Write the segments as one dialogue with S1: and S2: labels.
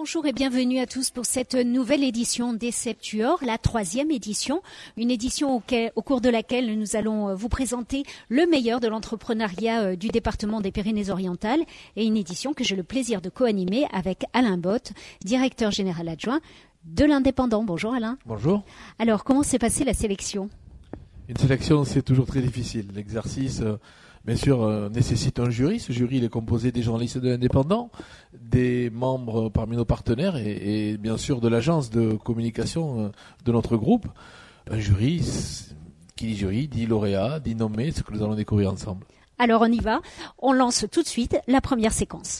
S1: Bonjour et bienvenue à tous pour cette nouvelle édition des Septuors, la 3e édition, une édition au cours de laquelle nous allons vous présenter le meilleur de l'entrepreneuriat du département des Pyrénées-Orientales et une édition que j'ai le plaisir de co-animer avec Alain Botte, directeur général adjoint de l'Indépendant. Bonjour Alain.
S2: Bonjour.
S1: Alors, comment s'est passée la sélection ?
S2: Une sélection, c'est toujours très difficile. L'exercice, bien sûr, nécessite un jury. Ce jury, il est composé des journalistes de l'Indépendant, des membres parmi nos partenaires et bien sûr de l'agence de communication de notre groupe. Un jury, qui dit jury, dit lauréat, dit nommé, ce que nous allons découvrir ensemble.
S1: Alors, on y va. On lance tout de suite la première séquence.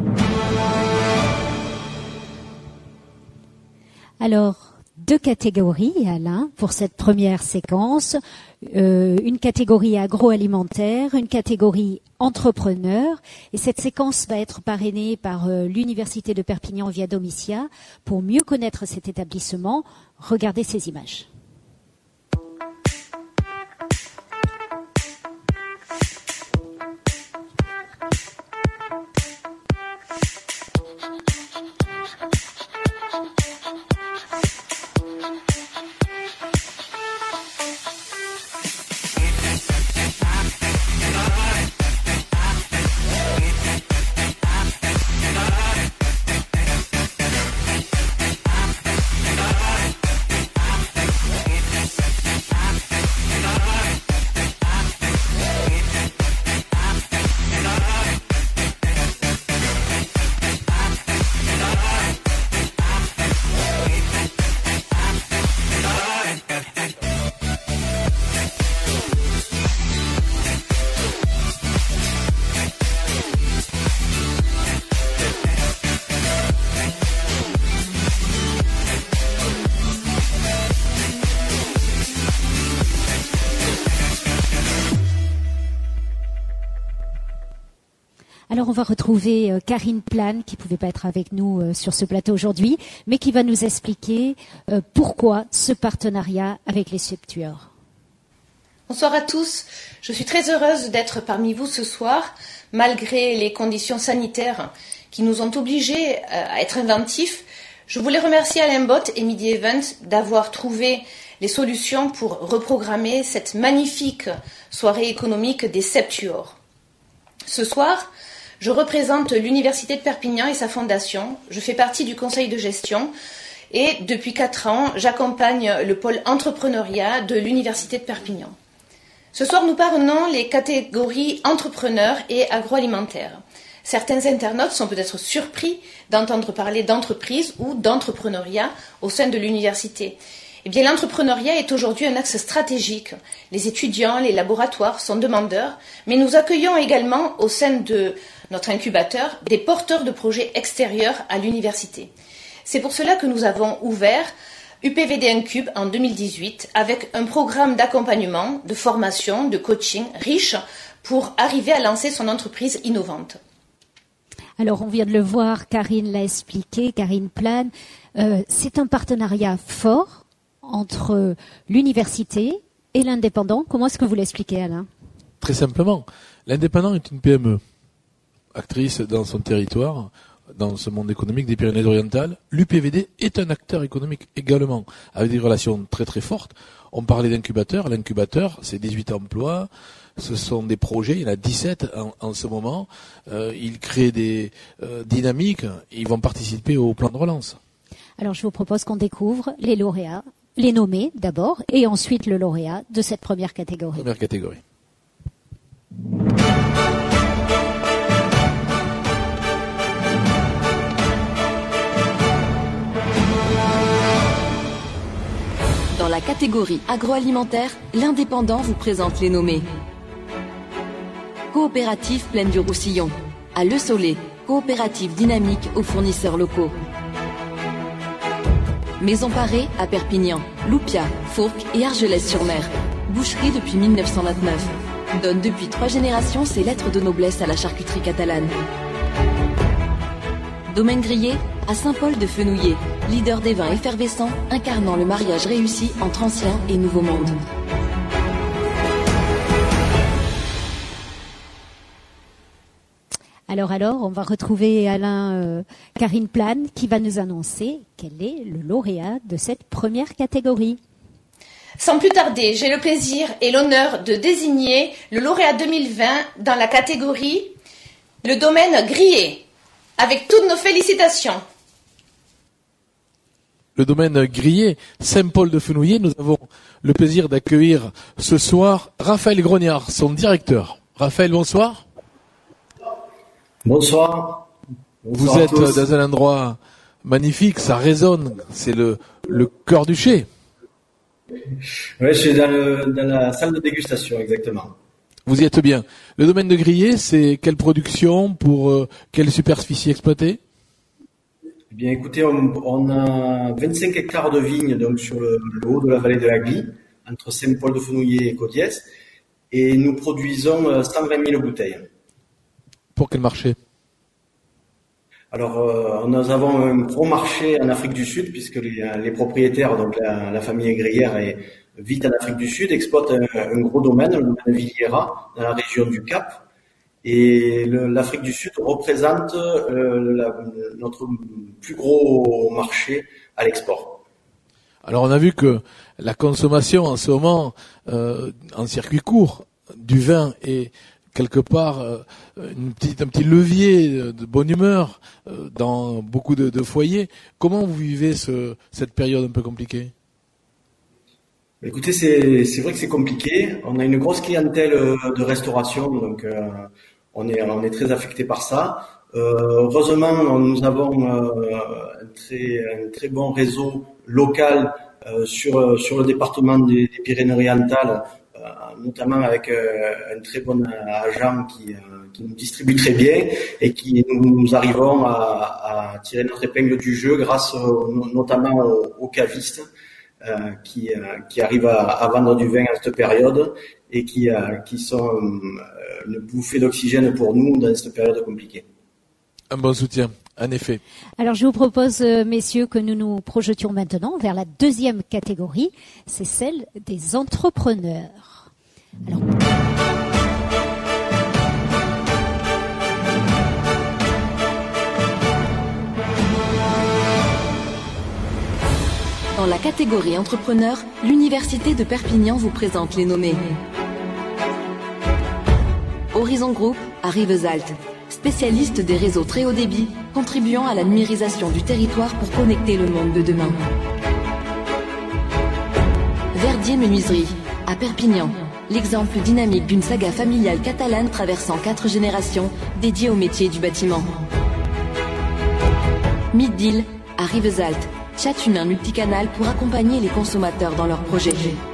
S1: Alors, 2 catégories, Alain, pour cette première séquence. Une catégorie agroalimentaire, une catégorie entrepreneur. Et cette séquence va être parrainée par l'Université de Perpignan via Domitia. Pour mieux connaître cet établissement, regardez ces images. Alors on va retrouver Karine Plane, qui ne pouvait pas être avec nous sur ce plateau aujourd'hui, mais qui va nous expliquer pourquoi ce partenariat avec les Septuors.
S3: Bonsoir à tous, je suis très heureuse d'être parmi vous ce soir, malgré les conditions sanitaires qui nous ont obligés à être inventifs. Je voulais remercier Alain Botte et Midi Event d'avoir trouvé les solutions pour reprogrammer cette magnifique soirée économique des Septuors. Ce soir, je représente l'Université de Perpignan et sa fondation. Je fais partie du conseil de gestion et depuis 4 ans, j'accompagne le pôle entrepreneuriat de l'Université de Perpignan. Ce soir, nous parlons les catégories entrepreneurs et agroalimentaires. Certains internautes sont peut-être surpris d'entendre parler d'entreprise ou d'entrepreneuriat au sein de l'université. Eh bien, l'entrepreneuriat est aujourd'hui un axe stratégique. Les étudiants, les laboratoires sont demandeurs, mais nous accueillons également au sein de notre incubateur des porteurs de projets extérieurs à l'université. C'est pour cela que nous avons ouvert UPVD Incube en 2018 avec un programme d'accompagnement, de formation, de coaching riche pour arriver à lancer son entreprise innovante.
S1: Alors on vient de le voir, Karine l'a expliqué, Karine Plane, c'est un partenariat fort entre l'université et l'Indépendant. Comment est-ce que vous l'expliquez, Alain ?
S2: Très simplement, l'Indépendant est une PME, actrice dans son territoire, dans ce monde économique des Pyrénées-Orientales. L'UPVD est un acteur économique également, avec des relations très très fortes. On parlait d'incubateur. L'incubateur, c'est 18 emplois, ce sont des projets, il y en a 17 en ce moment. Ils créent des dynamiques, ils vont participer au plan de relance.
S1: Alors je vous propose qu'on découvre les lauréats, les nommés d'abord, et ensuite le lauréat de cette première catégorie.
S2: Première catégorie.
S4: Dans la catégorie agroalimentaire, l'Indépendant vous présente les nommés. Coopérative Plaine du Roussillon. À Le Soleil, coopérative dynamique aux fournisseurs locaux. Maison Parée à Perpignan, Loupia, Fourques et Argelès-sur-Mer. Boucherie depuis 1929. Donne depuis 3 générations ses lettres de noblesse à la charcuterie catalane. Domaine Grillé à Saint-Paul-de-Fenouillet, leader des vins effervescents incarnant le mariage réussi entre ancien et nouveau monde.
S1: Alors, on va retrouver Alain Karine Plane qui va nous annoncer quel est le lauréat de cette première catégorie.
S3: Sans plus tarder, j'ai le plaisir et l'honneur de désigner le lauréat 2020 dans la catégorie le domaine grillé. Avec toutes nos félicitations.
S2: Le domaine grillé, Saint-Paul-de-Fenouillet, nous avons le plaisir d'accueillir ce soir Raphaël Grognard, son directeur. Raphaël, bonsoir.
S5: Bonsoir.
S2: Vous êtes dans un endroit magnifique, ça résonne, c'est le cœur du chai.
S5: Oui, je suis dans la salle de dégustation, exactement.
S2: Vous y êtes bien. Le domaine de grillé, c'est quelle production pour quelle superficie exploitée?
S5: Eh bien, écoutez, on a 25 hectares de vignes donc sur le haut de la vallée de la Glie, entre Saint-Paul-de-Fenouillet et Côtiès, et nous produisons 120 000 bouteilles.
S2: Pour quel marché?
S5: Alors, nous avons un gros marché en Afrique du Sud, puisque les propriétaires, donc la famille Grillière, vit en Afrique du Sud, exploite un gros domaine, le domaine Villera, dans la région du Cap. Et l'Afrique du Sud représente notre plus gros marché à l'export.
S2: Alors on a vu que la consommation en ce moment, en circuit court, du vin est quelque part un petit levier de bonne humeur dans beaucoup de foyers. Comment vous vivez cette période un peu compliquée?
S5: Écoutez, c'est vrai que c'est compliqué. On a une grosse clientèle de restauration, donc on est très affecté par ça. Heureusement, nous avons un très bon réseau local sur le département des Pyrénées-Orientales, notamment avec un très bon agent qui nous distribue très bien et qui nous arrivons à tirer notre épingle du jeu grâce notamment aux cavistes qui arrivent à vendre du vin à cette période et qui sont une bouffée d'oxygène pour nous dans cette période compliquée.
S2: Un bon soutien, en effet.
S1: Alors je vous propose, messieurs, que nous nous projetions maintenant vers la deuxième catégorie, c'est celle des entrepreneurs. Alors...
S4: Dans la catégorie entrepreneur, l'Université de Perpignan vous présente les nommés. Horizon Group à Rivesaltes, spécialiste des réseaux très haut débit, contribuant à la numérisation du territoire pour connecter le monde de demain. Verdier Menuiserie à Perpignan, l'exemple dynamique d'une saga familiale catalane traversant 4 générations dédiée au métier du bâtiment. Mid-Deal à Rivesaltes, chat humain multicanal pour accompagner les consommateurs dans leurs projets.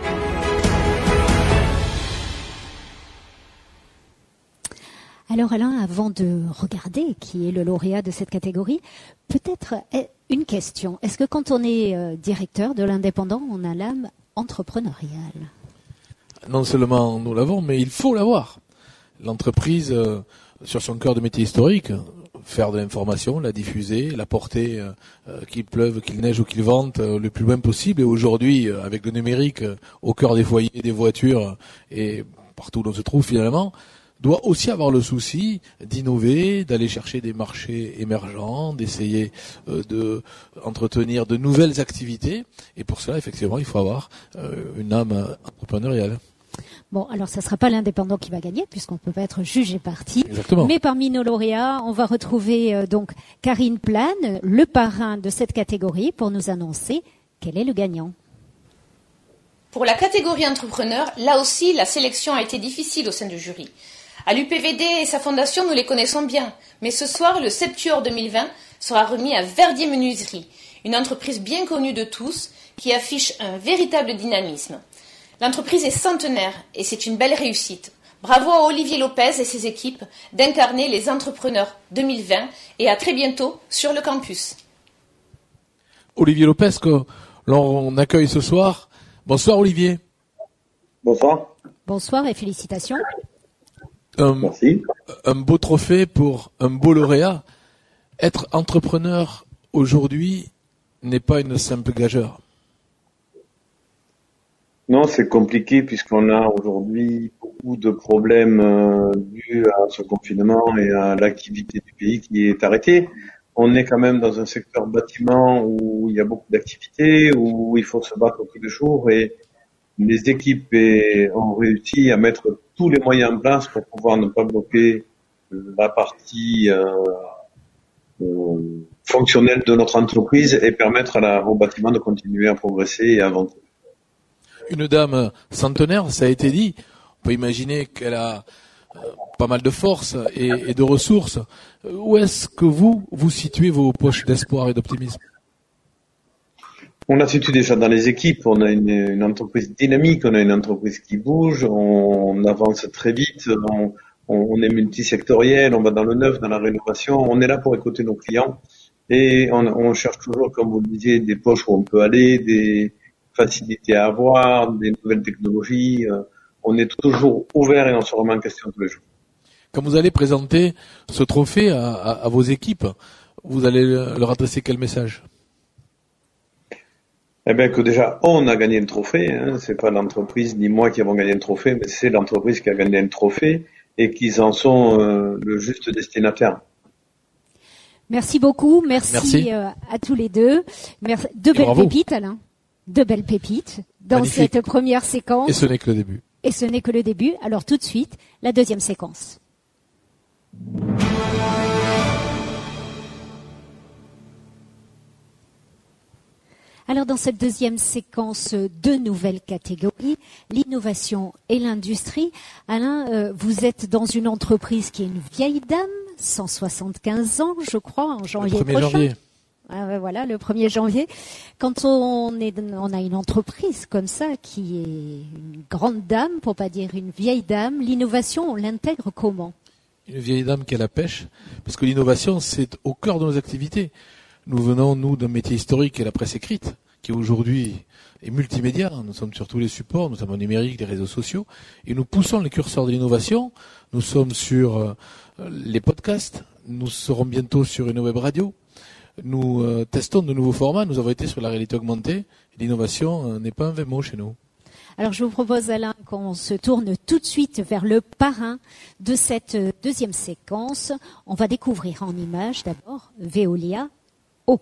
S1: Alors Alain, avant de regarder qui est le lauréat de cette catégorie, peut-être une question. Est-ce que quand on est directeur de l'indépendant, on a l'âme entrepreneuriale?
S2: Non seulement nous l'avons, mais il faut l'avoir. L'entreprise, sur son cœur de métier historique, faire de l'information, la diffuser, la porter, qu'il pleuve, qu'il neige ou qu'il vente, le plus loin possible. Et aujourd'hui, avec le numérique, au cœur des foyers, des voitures et partout où l'on se trouve finalement, doit aussi avoir le souci d'innover, d'aller chercher des marchés émergents, d'essayer de entretenir de nouvelles activités. Et pour cela, effectivement, il faut avoir une âme entrepreneuriale.
S1: Bon, alors ça ne sera pas l'indépendant qui va gagner, puisqu'on ne peut pas être juge et parti.
S2: Exactement.
S1: Mais parmi nos lauréats, on va retrouver donc Karine Plane, le parrain de cette catégorie, pour nous annoncer quel est le gagnant.
S3: Pour la catégorie entrepreneur, là aussi, la sélection a été difficile au sein du jury. À l'UPVD et sa fondation, nous les connaissons bien. Mais ce soir, le Septuor 2020 sera remis à Verdier Menuiserie, une entreprise bien connue de tous qui affiche un véritable dynamisme. L'entreprise est centenaire et c'est une belle réussite. Bravo à Olivier Lopez et ses équipes d'incarner les entrepreneurs 2020 et à très bientôt sur le campus.
S2: Olivier Lopez, que l'on accueille ce soir. Bonsoir Olivier.
S6: Bonsoir.
S1: Bonsoir et félicitations.
S6: Merci.
S2: Un beau trophée pour un beau lauréat. Être entrepreneur aujourd'hui n'est pas une simple gageure.
S6: Non, c'est compliqué puisqu'on a aujourd'hui beaucoup de problèmes dus à ce confinement et à l'activité du pays qui est arrêtée. On est quand même dans un secteur bâtiment où il y a beaucoup d'activités, où il faut se battre tous les jours et les équipes ont réussi à mettre tous les moyens en place pour pouvoir ne pas bloquer la partie fonctionnelle de notre entreprise et permettre au bâtiment de continuer à progresser et à avancer.
S2: Une dame centenaire, ça a été dit. On peut imaginer qu'elle a pas mal de force et de ressources. Où est-ce que vous situez vos poches d'espoir et d'optimisme?
S6: On la situe déjà dans les équipes. On a une entreprise dynamique, on a une entreprise qui bouge, on avance très vite, on est multisectoriel, on va dans le neuf, dans la rénovation. On est là pour écouter nos clients et on cherche toujours, comme vous le disiez, des poches où on peut aller, des facilités à avoir, des nouvelles technologies. On est toujours ouvert et on se remet en question tous les jours.
S2: Quand vous allez présenter ce trophée à vos équipes, vous allez leur adresser quel message?
S6: Eh bien, que déjà, on a gagné le trophée. C'est pas l'entreprise ni moi qui avons gagné le trophée, mais c'est l'entreprise qui a gagné le trophée et qu'ils en sont le juste destinataire.
S1: Merci beaucoup. Merci. À tous les deux. Deux belles pépites, Alain. Deux belles pépites dans
S2: Magnifique.
S1: cette première séquence.
S2: Et ce n'est que le début.
S1: Et ce n'est que le début. Alors tout de suite, la deuxième séquence. Alors dans cette deuxième séquence, deux nouvelles catégories, l'innovation et l'industrie. Alain, vous êtes dans une entreprise qui est une vieille dame, 175 ans, je crois, en janvier
S2: Le 1er
S1: prochain.
S2: janvier.
S1: Ah ouais, voilà, le 1er janvier. Quand on a une entreprise comme ça, qui est une grande dame, pour pas dire une vieille dame, l'innovation, on l'intègre comment?
S2: Une vieille dame qui a la pêche, parce que l'innovation, c'est au cœur de nos activités. Nous venons, nous, d'un métier historique qui est la presse écrite, qui aujourd'hui est multimédia. Nous sommes sur tous les supports, nous sommes au numérique, les réseaux sociaux, et nous poussons les curseurs de l'innovation. Nous sommes sur les podcasts, nous serons bientôt sur une web radio. Nous testons de nouveaux formats, nous avons été sur la réalité augmentée. L'innovation n'est pas un vain mot chez nous.
S1: Alors je vous propose, Alain, qu'on se tourne tout de suite vers le parrain de cette deuxième séquence. On va découvrir en images d'abord Veolia Eau.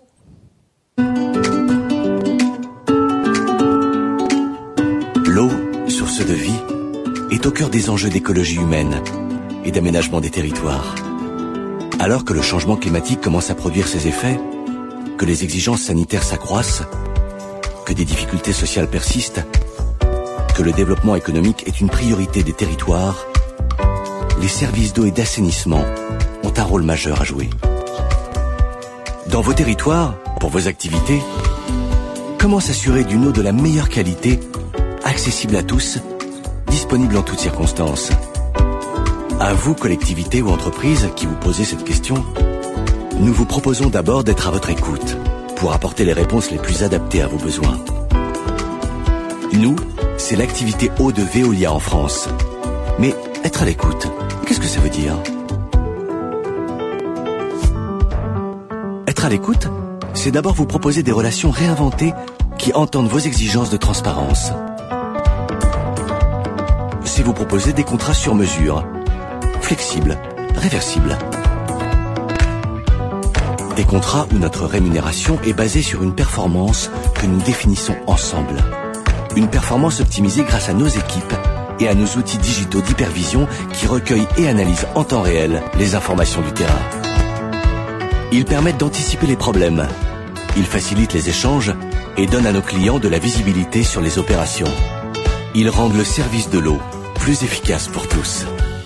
S7: L'eau, source de vie, est au cœur des enjeux d'écologie humaine et d'aménagement des territoires. Alors que le changement climatique commence à produire ses effets, que les exigences sanitaires s'accroissent, que des difficultés sociales persistent, que le développement économique est une priorité des territoires, les services d'eau et d'assainissement ont un rôle majeur à jouer. Dans vos territoires, pour vos activités, comment s'assurer d'une eau de la meilleure qualité, accessible à tous, disponible en toutes circonstances? À vous, collectivités ou entreprises, qui vous posez cette question, nous vous proposons d'abord d'être à votre écoute pour apporter les réponses les plus adaptées à vos besoins. Nous, c'est l'activité eau de Veolia en France. Mais être à l'écoute, qu'est-ce que ça veut dire? Être à l'écoute, c'est d'abord vous proposer des relations réinventées qui entendent vos exigences de transparence. C'est vous proposer des contrats sur mesure, flexibles, réversibles. Des contrats où notre rémunération est basée sur une performance que nous définissons ensemble. Une performance optimisée grâce à nos équipes et à nos outils digitaux d'hypervision qui recueillent et analysent en temps réel les informations du terrain. Ils permettent d'anticiper les problèmes. Ils facilitent les échanges et donnent à nos clients de la visibilité sur les opérations. Ils rendent le service de l'eau plus efficace pour tous.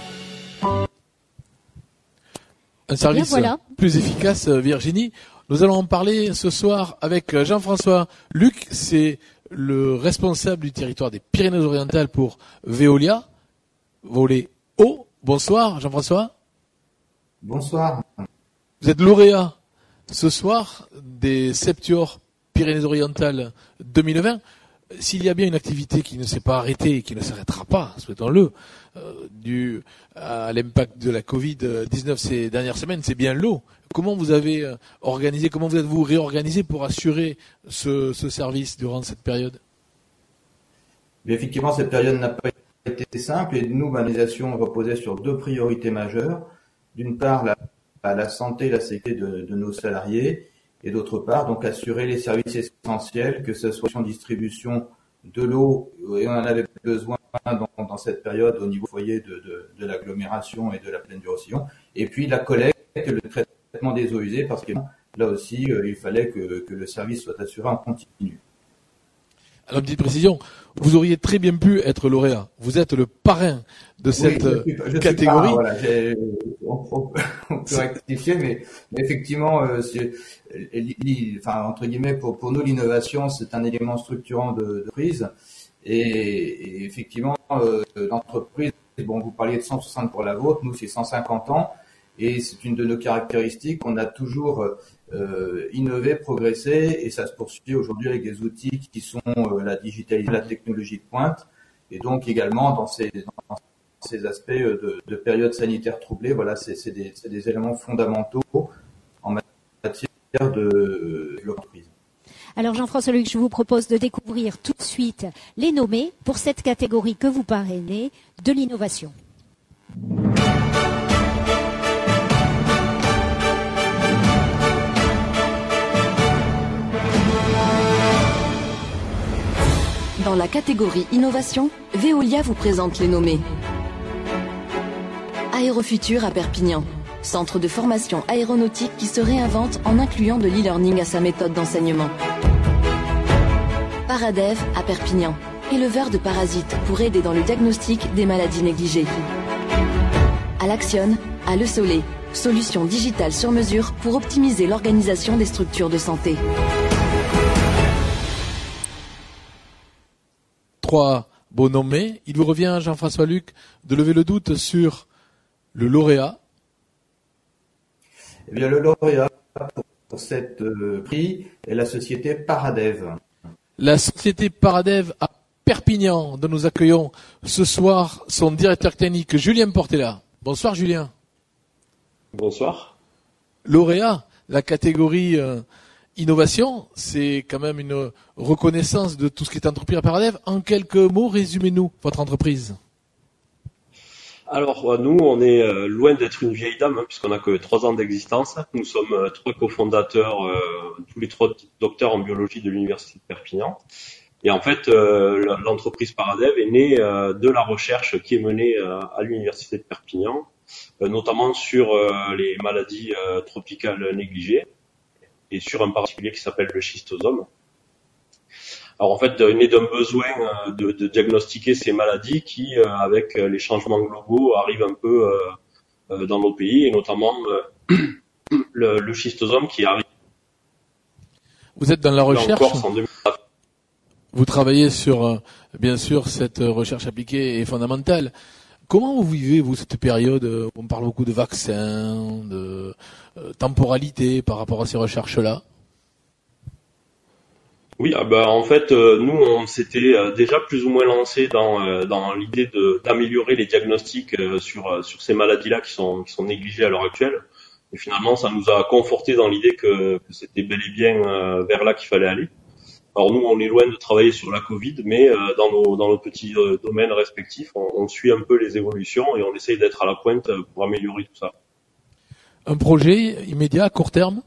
S2: Un service plus efficace, Virginie. Nous allons en parler ce soir avec Jean-François Luc. C'est le responsable du territoire des Pyrénées-Orientales pour Veolia. Volet eau. Bonsoir, Jean-François.
S8: Bonsoir.
S2: Vous êtes lauréat ce soir des Septior Pyrénées-Orientales 2020. S'il y a bien une activité qui ne s'est pas arrêtée et qui ne s'arrêtera pas, souhaitons-le, dû à l'impact de la Covid-19 ces dernières semaines, c'est bien l'eau. Comment vous avez organisé, comment vous êtes-vous réorganisé pour assurer ce service durant cette période?
S8: Mais effectivement, cette période n'a pas été simple et nous, l'organisation reposait sur 2 priorités majeures. D'une part, la santé et la sécurité de nos salariés et d'autre part, donc assurer les services essentiels, que ce soit en distribution de l'eau, et on en avait besoin dans cette période au niveau foyer de l'agglomération et de la plaine du Roussillon, et puis la collecte et le traitement des eaux usées, parce que là aussi, il fallait que le service soit assuré en continu.
S2: Alors, petite précision, vous auriez très bien pu être lauréat. Vous êtes le parrain de cette catégorie.
S8: Voilà, on peut rectifier, mais effectivement, entre guillemets, pour nous, l'innovation, c'est un élément structurant de prise. Et effectivement, l'entreprise, bon, vous parliez de 160 pour la vôtre, nous, c'est 150 ans. Et c'est une de nos caractéristiques. On a toujours innové, progressé, et ça se poursuit aujourd'hui avec des outils qui sont la digitalisation, la technologie de pointe, et donc également dans ces aspects de période sanitaire troublée. Voilà, c'est des éléments fondamentaux en matière de l'entreprise.
S1: Alors Jean-François Luc, je vous propose de découvrir tout de suite les nommés pour cette catégorie que vous parrainez de l'innovation.
S4: Dans la catégorie Innovation, Veolia vous présente les nommés. Aérofutur à Perpignan, centre de formation aéronautique qui se réinvente en incluant de l'e-learning à sa méthode d'enseignement. Paradev à Perpignan, éleveur de parasites pour aider dans le diagnostic des maladies négligées. Alaxion à Le Soleil, solution digitale sur mesure pour optimiser l'organisation des structures de santé.
S2: 3 beaux nommés. Il vous revient, Jean-François Luc, de lever le doute sur le lauréat.
S8: Eh bien, le lauréat pour cette prix est la société Paradev.
S2: La société Paradev à Perpignan, dont nous accueillons ce soir son directeur technique, Julien Portella. Bonsoir, Julien.
S9: Bonsoir.
S2: Lauréat, la catégorie innovation, c'est quand même une reconnaissance de tout ce qui est entrepris à Paradev. En quelques mots, résumez-nous votre entreprise.
S9: Alors, nous, on est loin d'être une vieille dame, puisqu'on n'a que 3 ans d'existence. Nous sommes 3 cofondateurs, tous les 3 docteurs en biologie de l'Université de Perpignan. Et en fait, l'entreprise Paradev est née de la recherche qui est menée à l'Université de Perpignan, notamment sur les maladies tropicales négligées, et sur un particulier qui s'appelle le schistosome. Alors en fait, né d'un besoin de diagnostiquer ces maladies qui, avec les changements globaux, arrivent un peu dans nos pays, et notamment le schistosome qui arrive.
S2: Vous êtes dans la recherche. Vous travaillez sur, bien sûr, cette recherche appliquée et fondamentale. Comment vous vivez, vous, cette période où on parle beaucoup de vaccins, de temporalité par rapport à ces recherches-là?
S9: Oui, en fait, nous, on s'était déjà plus ou moins lancé dans l'idée d'améliorer les diagnostics sur ces maladies-là qui sont négligées à l'heure actuelle. Et finalement, ça nous a conforté dans l'idée que c'était bel et bien vers là qu'il fallait aller. Alors nous, on est loin de travailler sur la Covid, mais dans nos petits domaines respectifs, on suit un peu les évolutions et on essaye d'être à la pointe pour améliorer tout ça.
S2: Un projet immédiat, à court terme?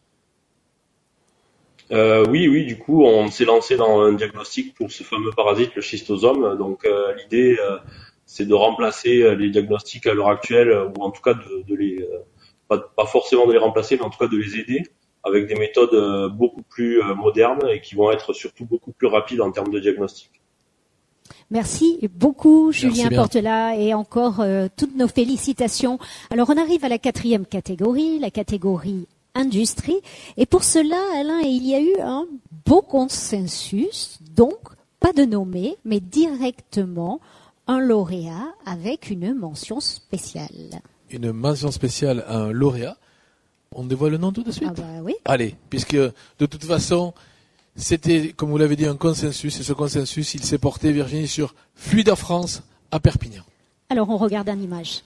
S9: Oui, du coup, on s'est lancé dans un diagnostic pour ce fameux parasite, le schistosome. Donc l'idée, c'est de remplacer les diagnostics à l'heure actuelle, ou en tout cas de les, pas forcément de les remplacer, mais en tout cas de les aider, avec des méthodes beaucoup plus modernes et qui vont être surtout beaucoup plus rapides en termes de diagnostic.
S1: Merci beaucoup, Julien Portella, et encore toutes nos félicitations. Alors, on arrive à la 4e catégorie, la catégorie industrie. Et pour cela, Alain, il y a eu un beau consensus, donc pas de nommé, mais directement un lauréat avec une mention spéciale.
S2: Une mention spéciale à un lauréat. On dévoile le nom tout de suite?
S1: Oui.
S2: Allez, puisque de toute façon, c'était, comme vous l'avez dit, un consensus, et ce consensus, il s'est porté, Virginie, sur Fluid'Air France à Perpignan.
S1: Alors, on regarde en image.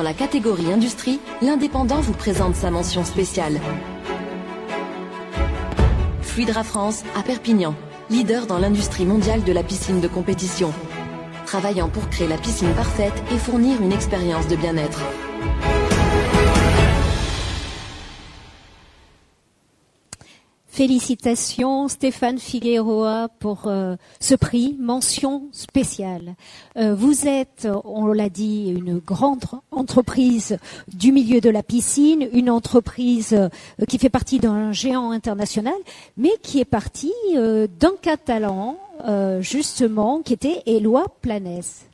S4: la catégorie industrie, l'Indépendant vous présente sa mention spéciale. Fluidra France à Perpignan, leader dans l'industrie mondiale de la piscine de compétition. Travaillant pour créer la piscine parfaite et fournir une expérience de bien-être.
S1: Félicitations Stéphane Figueroa pour ce prix, mention spéciale. Vous êtes, on l'a dit, une grande entreprise du milieu de la piscine, une entreprise qui fait partie d'un géant international, mais qui est partie d'un Catalan, justement, qui était Éloi Planès.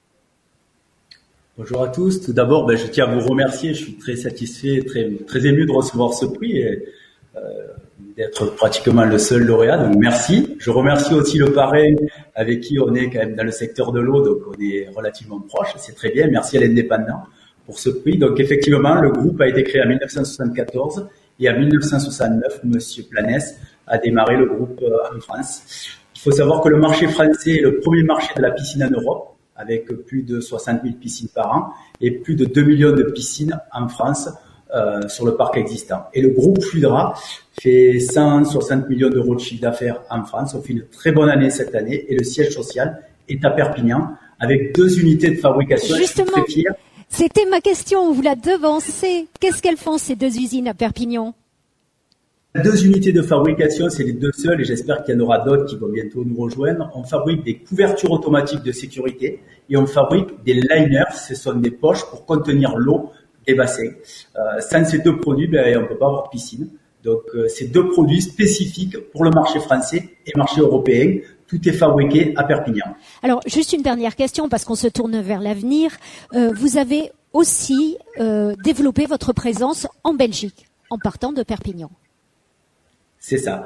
S10: Bonjour à tous. Tout d'abord, je tiens à vous remercier. Je suis très satisfait, très ému de recevoir ce prix et d'être pratiquement le seul lauréat. Donc merci. Je remercie aussi le parrain avec qui on est quand même dans le secteur de l'eau, donc on est relativement proche. C'est très bien. Merci à l'Indépendant pour ce prix. Donc effectivement, le groupe a été créé en 1974 et en 1969, Monsieur Planès a démarré le groupe en France. Il faut savoir que le marché français est le premier marché de la piscine en Europe, avec plus de 60 000 piscines par an et plus de 2 millions de piscines en France sur le parc existant. Et le groupe Fluidra fait 160 millions d'euros de chiffre d'affaires en France. On fait une très bonne année cette année et le siège social est à Perpignan avec 2 unités de fabrication.
S1: Justement, c'était ma question, vous la devancez. Qu'est-ce qu'elles font ces 2 usines à Perpignan?
S10: 2 unités de fabrication, c'est les 2 seules et j'espère qu'il y en aura d'autres qui vont bientôt nous rejoindre. On fabrique des couvertures automatiques de sécurité et on fabrique des liners, ce sont des poches pour contenir l'eau des bassins. Sans ces 2 produits, on ne peut pas avoir piscine. Donc ces 2 produits spécifiques pour le marché français et le marché européen. Tout est fabriqué à Perpignan.
S1: Alors juste une dernière question parce qu'on se tourne vers l'avenir. Vous avez aussi développé votre présence en Belgique en partant de Perpignan.
S10: C'est ça.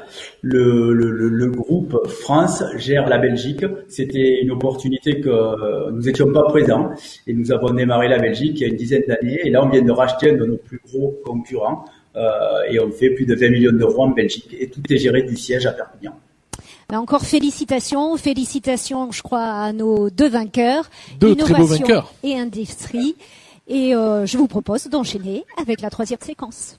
S10: Le groupe France gère la Belgique. C'était une opportunité que nous n'étions pas présents et nous avons démarré la Belgique il y a une dizaine d'années. Et là, on vient de racheter un de nos plus gros concurrents et on fait plus de 20 millions d'euros en Belgique et tout est géré du siège à Perpignan.
S1: Encore félicitations, je crois, à nos 2 vainqueurs,
S2: 2 très beaux vainqueurs
S1: et industrie. Et je vous propose d'enchaîner avec la 3e séquence.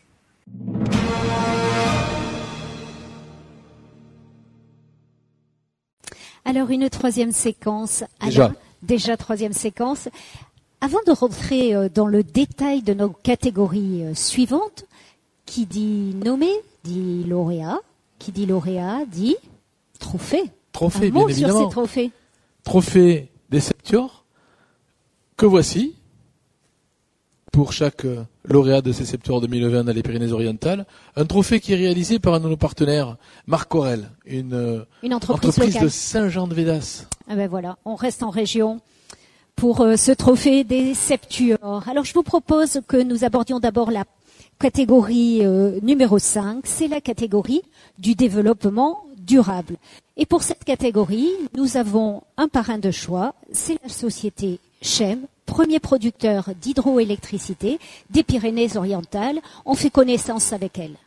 S1: Alors une 3e séquence. Déjà 3e séquence. Avant de rentrer dans le détail de nos catégories suivantes, qui dit nommé, dit lauréat. Qui dit lauréat, dit trophée.
S2: Trophée,
S1: bien
S2: évidemment.
S1: Sur ces trophées.
S2: Trophée des Septuors, que voici, pour chaque lauréat de ces Septuors 2020 dans les Pyrénées-Orientales. Un trophée qui est réalisé par un de nos partenaires, Marc Aurel, une entreprise de Saint-Jean-de-Védas.
S1: Ah ben voilà, on reste en région pour ce trophée des Septuors. Alors je vous propose que nous abordions d'abord la catégorie numéro 5, c'est la catégorie du développement durable. Et pour cette catégorie, nous avons un parrain de choix, c'est la société Chem, premier producteur d'hydroélectricité des Pyrénées-Orientales. On fait connaissance avec elle.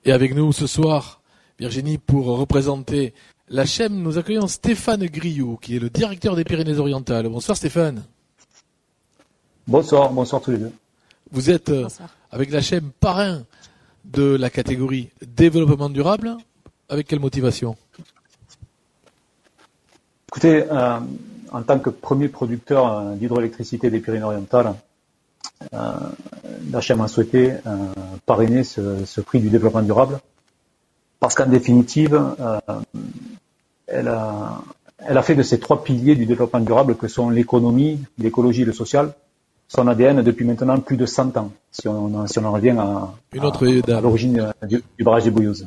S2: Et avec nous ce soir, Virginie, pour représenter la CHEM, nous accueillons Stéphane Grioux, qui est le directeur des Pyrénées-Orientales. Bonsoir Stéphane.
S11: Bonsoir tous les deux.
S2: Vous êtes, avec la CHEM, parrain de la catégorie développement durable. Avec quelle motivation ?
S11: Écoutez, en tant que premier producteur d'hydroélectricité des Pyrénées-Orientales, la CHEM a souhaité parrainer ce prix du développement durable parce qu'en définitive, elle a fait de ces trois piliers du développement durable que sont l'économie, l'écologie et le social, son ADN depuis maintenant plus de 100 ans, si on en revient à l'origine du barrage des Bouilleuses.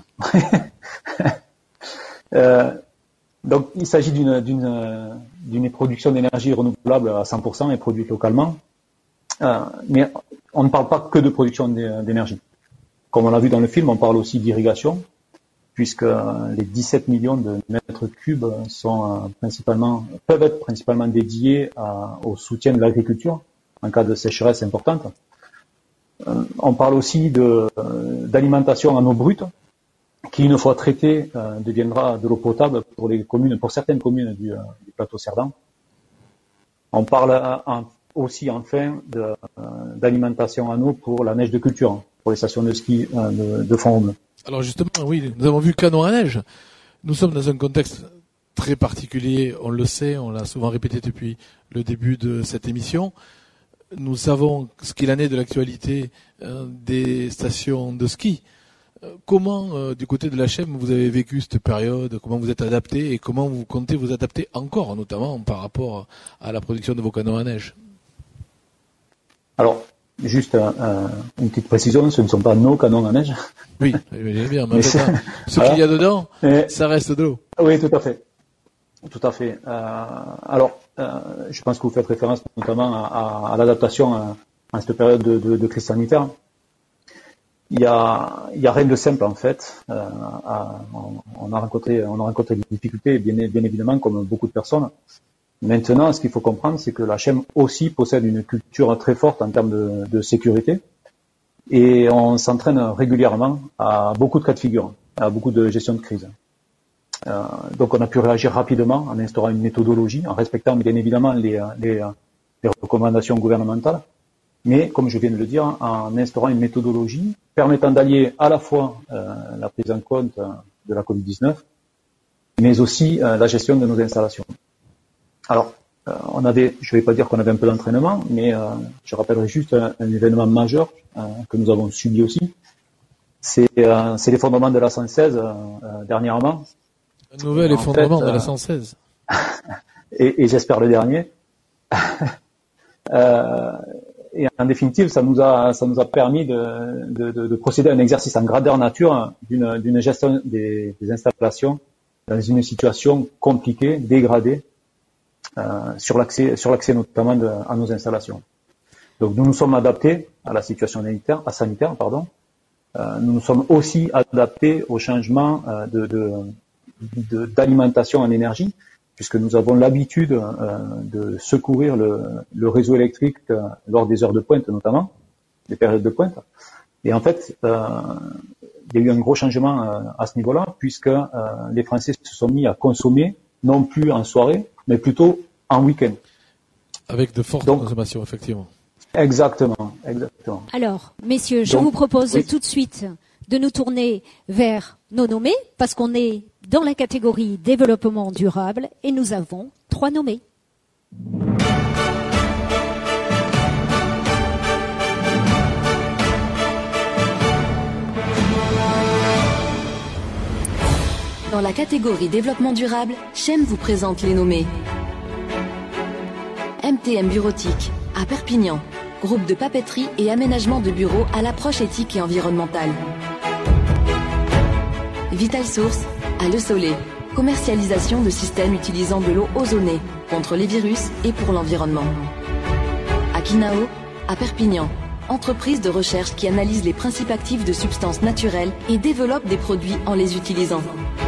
S11: Donc, il s'agit d'une production d'énergie renouvelable à 100% et produite localement. Mais on ne parle pas que de production d'énergie. Comme on l'a vu dans le film, on parle aussi d'irrigation, puisque les 17 millions de mètres cubes peuvent être principalement dédiés au soutien de l'agriculture en cas de sécheresse importante. On parle aussi d'alimentation en eau brute, qui une fois traitée deviendra de l'eau potable pour certaines communes du plateau Cerdan. On parle aussi enfin d'alimentation en eau pour la neige de culture, pour les stations de ski de Font-Romeu.
S2: Alors justement, oui, nous avons vu canon à neige. Nous sommes dans un contexte très particulier, on le sait, on l'a souvent répété depuis le début de cette émission. Nous savons ce qu'il en est de l'actualité des stations de ski. Comment, du côté de la CHEM, vous avez vécu cette période, comment vous êtes adapté et comment vous comptez vous adapter encore, notamment par rapport à la production de vos canons à neige ?
S11: Alors, juste une petite précision, ce ne sont pas nos canons à neige.
S2: Oui, j'aime bien, mais ce qu'il y a dedans, ça reste de l'eau. Oui,
S11: tout à fait. Tout à fait. Alors, je pense que vous faites référence notamment à l'adaptation à cette période de crise sanitaire. Il y a rien de simple en fait. On a rencontré des difficultés, bien évidemment, comme beaucoup de personnes. Maintenant, ce qu'il faut comprendre, c'est que la CHEM aussi possède une culture très forte en termes de sécurité, et on s'entraîne régulièrement à beaucoup de cas de figure, à beaucoup de gestion de crise. Donc, on a pu réagir rapidement en instaurant une méthodologie, en respectant bien évidemment les recommandations gouvernementales, mais comme je viens de le dire, en instaurant une méthodologie permettant d'allier à la fois la prise en compte de la Covid-19, mais aussi la gestion de nos installations. Alors, je ne vais pas dire qu'on avait un peu d'entraînement, mais je rappellerai juste un événement majeur que nous avons subi aussi. C'est l'effondrement de la 116 dernièrement.
S2: Un nouvel effondrement de la 116.
S11: Et j'espère le dernier. Et en définitive, ça nous a permis de procéder à un exercice en grandeur nature d'une gestion des installations dans une situation compliquée, dégradée, sur l'accès notamment à nos installations. Donc nous nous sommes adaptés à la situation sanitaire. Nous nous sommes aussi adaptés au changement d'alimentation en énergie, puisque nous avons l'habitude de secourir le réseau électrique lors des heures de pointe, notamment, des périodes de pointe. Et en fait, il y a eu un gros changement à ce niveau-là, puisque les Français se sont mis à consommer, non plus en soirée, mais plutôt en week-end.
S2: Avec de fortes consommations, effectivement.
S11: Exactement.
S1: Alors, messieurs, je vous propose tout de suite de nous tourner vers nos nommés, parce qu'on est dans la catégorie développement durable et nous avons 3 nommés.
S4: Dans la catégorie développement durable, CHEM vous présente les nommés. MTM Bureautique, à Perpignan. Groupe de papeterie et aménagement de bureaux à l'approche éthique et environnementale. Vital Source, à Le Soleil. Commercialisation de systèmes utilisant de l'eau ozonée contre les virus et pour l'environnement. Akinao, à Perpignan. Entreprise de recherche qui analyse les principes actifs de substances naturelles et développe des produits en les utilisant.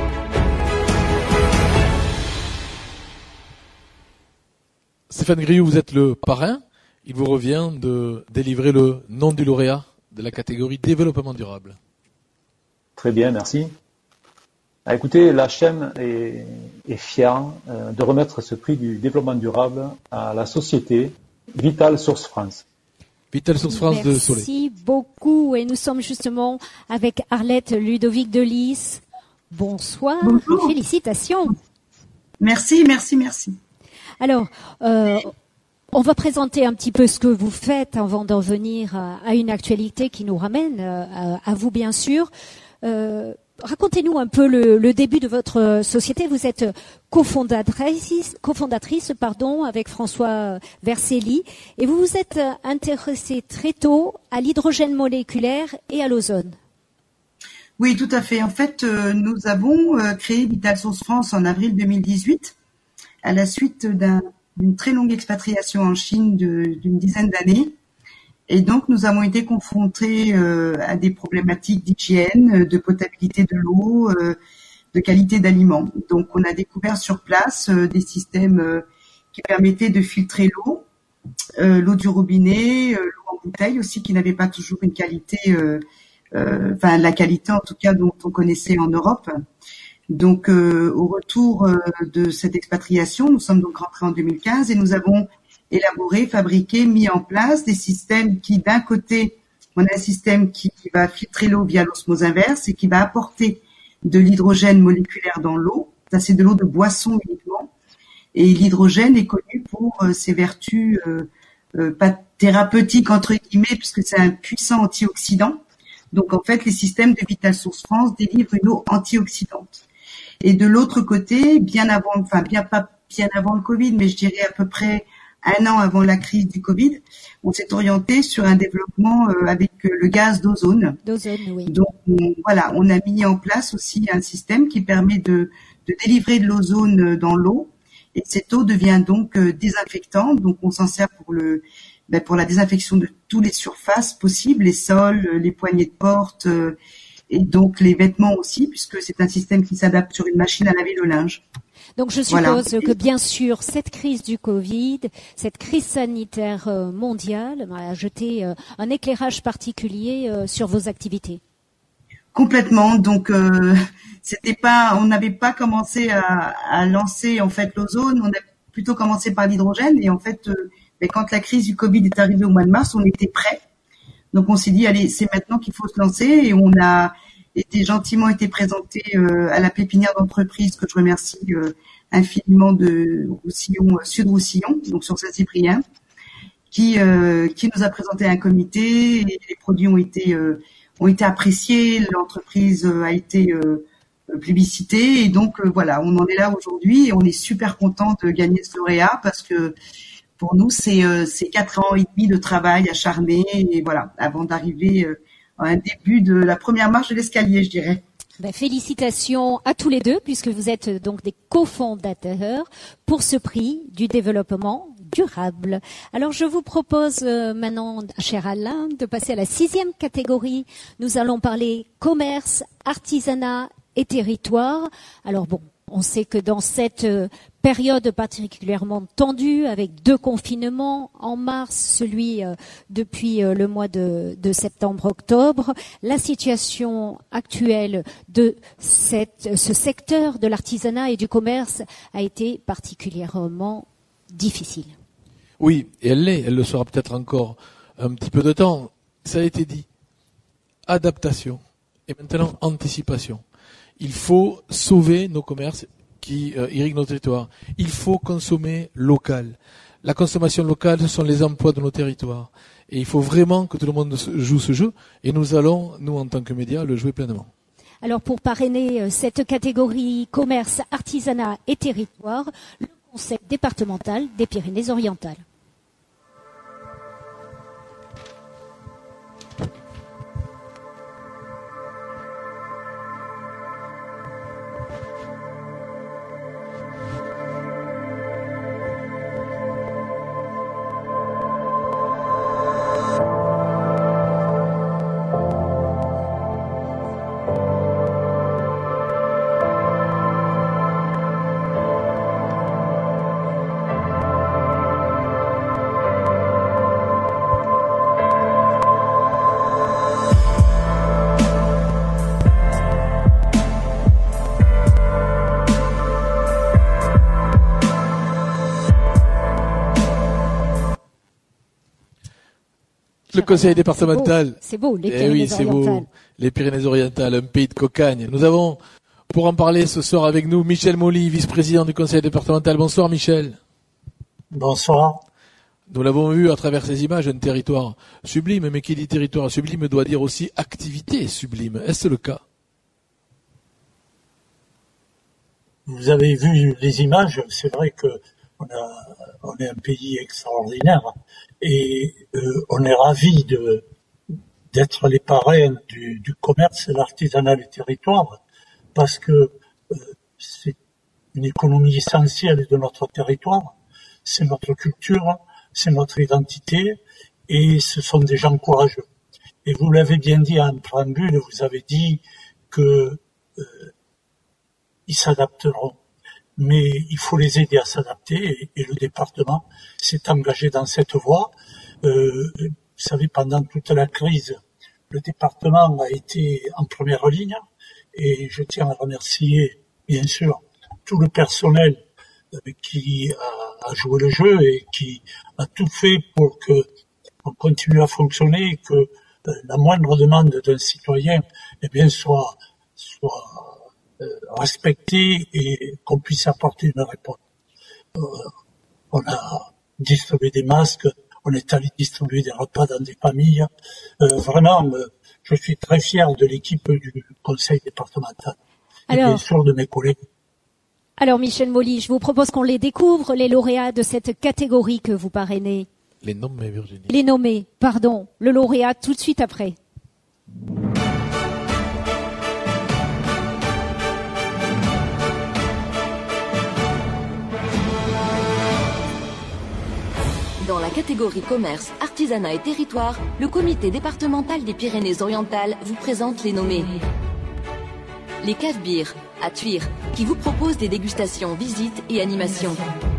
S2: Stéphane Grioux, vous êtes le parrain. Il vous revient de délivrer le nom du lauréat de la catégorie développement durable.
S11: Très bien, merci. Écoutez, la HM est fière de remettre ce prix du développement durable à la société Vital Source France.
S2: Vital Source France de Soleil.
S1: Merci beaucoup. Et nous sommes justement avec Arlette Ludovic de Lys. Bonsoir.
S12: Bonjour.
S1: Félicitations.
S12: Merci.
S1: Alors, on va présenter un petit peu ce que vous faites avant d'en venir à une actualité qui nous ramène à vous, bien sûr. Racontez-nous un peu le début de votre société. Vous êtes cofondatrice, avec François Vercelli, et vous vous êtes intéressé très tôt à l'hydrogène moléculaire et à l'ozone.
S12: Oui, tout à fait. En fait, nous avons créé Vital Source France en avril 2018, à la suite d'une très longue expatriation en Chine d'une dizaine d'années. Et donc, nous avons été confrontés à des problématiques d'hygiène, de potabilité de l'eau, de qualité d'aliments. Donc, on a découvert sur place des systèmes qui permettaient de filtrer l'eau du robinet, l'eau en bouteille aussi, qui n'avait pas toujours une qualité, la qualité en tout cas dont on connaissait en Europe. Donc, au retour de cette expatriation, nous sommes donc rentrés en 2015 et nous avons élaboré, fabriqué, mis en place des systèmes qui, d'un côté, on a un système qui va filtrer l'eau via l'osmose inverse et qui va apporter de l'hydrogène moléculaire dans l'eau. Ça, c'est de l'eau de boisson uniquement. Et l'hydrogène est connu pour ses vertus pas thérapeutiques, entre guillemets, puisque c'est un puissant antioxydant. Donc, en fait, les systèmes de Vital Source France délivrent une eau antioxydante. Et de l'autre côté, bien avant le Covid, mais je dirais à peu près un an avant la crise du Covid, on s'est orienté sur un développement avec le gaz d'ozone.
S1: Oui.
S12: Donc on a mis en place aussi un système qui permet de délivrer de l'ozone dans l'eau, et cette eau devient donc désinfectante. Donc on s'en sert pour la désinfection de toutes les surfaces possibles, les sols, les poignées de porte, et donc les vêtements aussi, puisque c'est un système qui s'adapte sur une machine à laver le linge.
S1: Donc je suppose que bien sûr cette crise du Covid, cette crise sanitaire mondiale a jeté un éclairage particulier sur vos activités.
S12: Complètement. Donc on n'avait pas commencé à lancer en fait l'ozone, on a plutôt commencé par l'hydrogène, et en fait quand la crise du Covid est arrivée au mois de mars, on était prêts. Donc on s'est dit allez, c'est maintenant qu'il faut se lancer, et on a gentiment été présenté à la pépinière d'entreprise, que je remercie infiniment, de Roussillon, Sud-Roussillon, donc sur Saint-Cyprien, qui nous a présenté un comité, et les produits ont été appréciés, l'entreprise a été plébiscitée, et donc voilà, on en est là aujourd'hui, et on est super content de gagner ce lauréat, parce que pour nous c'est 4 ans et demi de travail acharné, et voilà, avant d'arriver un début de la première marche de l'escalier, je dirais.
S1: Félicitations à tous les deux, puisque vous êtes donc des cofondateurs pour ce prix du développement durable. Alors je vous propose maintenant, cher Alain, de passer à la 6e catégorie. Nous allons parler commerce, artisanat et territoire. Alors bon, on sait que dans cette période particulièrement tendue, avec 2 confinements en mars, celui depuis le mois de septembre-octobre, la situation actuelle de ce secteur de l'artisanat et du commerce a été particulièrement difficile.
S2: Oui, et elle le sera peut-être encore un petit peu de temps. Ça a été dit. Adaptation et maintenant anticipation. Il faut sauver nos commerces qui irriguent nos territoires. Il faut consommer local. La consommation locale, ce sont les emplois de nos territoires. Et il faut vraiment que tout le monde joue ce jeu. Et nous allons, nous en tant que médias, le jouer pleinement.
S1: Alors pour parrainer cette catégorie commerce, artisanat et territoire, le Conseil départemental des Pyrénées-Orientales.
S2: Le conseil départemental.
S1: C'est beau, les
S2: Pyrénées-Orientales.
S1: Beau.
S2: Les Pyrénées-Orientales, un pays de cocagne. Nous avons, pour en parler ce soir avec nous, Michel Molly, vice-président du conseil départemental. Bonsoir Michel.
S13: Bonsoir.
S2: Nous l'avons vu à travers ces images, un territoire sublime, mais qui dit territoire sublime doit dire aussi activité sublime. Est-ce le cas?
S13: Vous avez vu les images, c'est vrai que on est un pays extraordinaire et on est ravis d'être les parrains du commerce et l'artisanat du territoire parce que c'est une économie essentielle de notre territoire, c'est notre culture, c'est notre identité et ce sont des gens courageux. Et vous l'avez bien dit en préambule, vous avez dit que ils s'adapteront. Mais il faut les aider à s'adapter et le département s'est engagé dans cette voie. Vous savez, pendant toute la crise, le département a été en première ligne et je tiens à remercier, bien sûr, tout le personnel qui a joué le jeu et qui a tout fait pour que on continue à fonctionner et que la moindre demande d'un citoyen, eh bien, soit respectée et qu'on puisse apporter une réponse. On a distribué des masques, on est allé distribuer des repas dans des familles. Vraiment, je suis très fier de l'équipe du conseil départemental et bien sûr de mes collègues.
S1: Alors Michel Molly, je vous propose qu'on les découvre, les lauréats de cette catégorie que vous parrainez.
S2: Les nommés, Virginie.
S1: Les nommés, pardon. Le lauréat tout de suite après.
S4: Dans la catégorie commerce, artisanat et territoire, le comité départemental des Pyrénées-Orientales vous présente les nommés. Les Caves Beer, à Thuir, qui vous proposent des dégustations, visites et animations.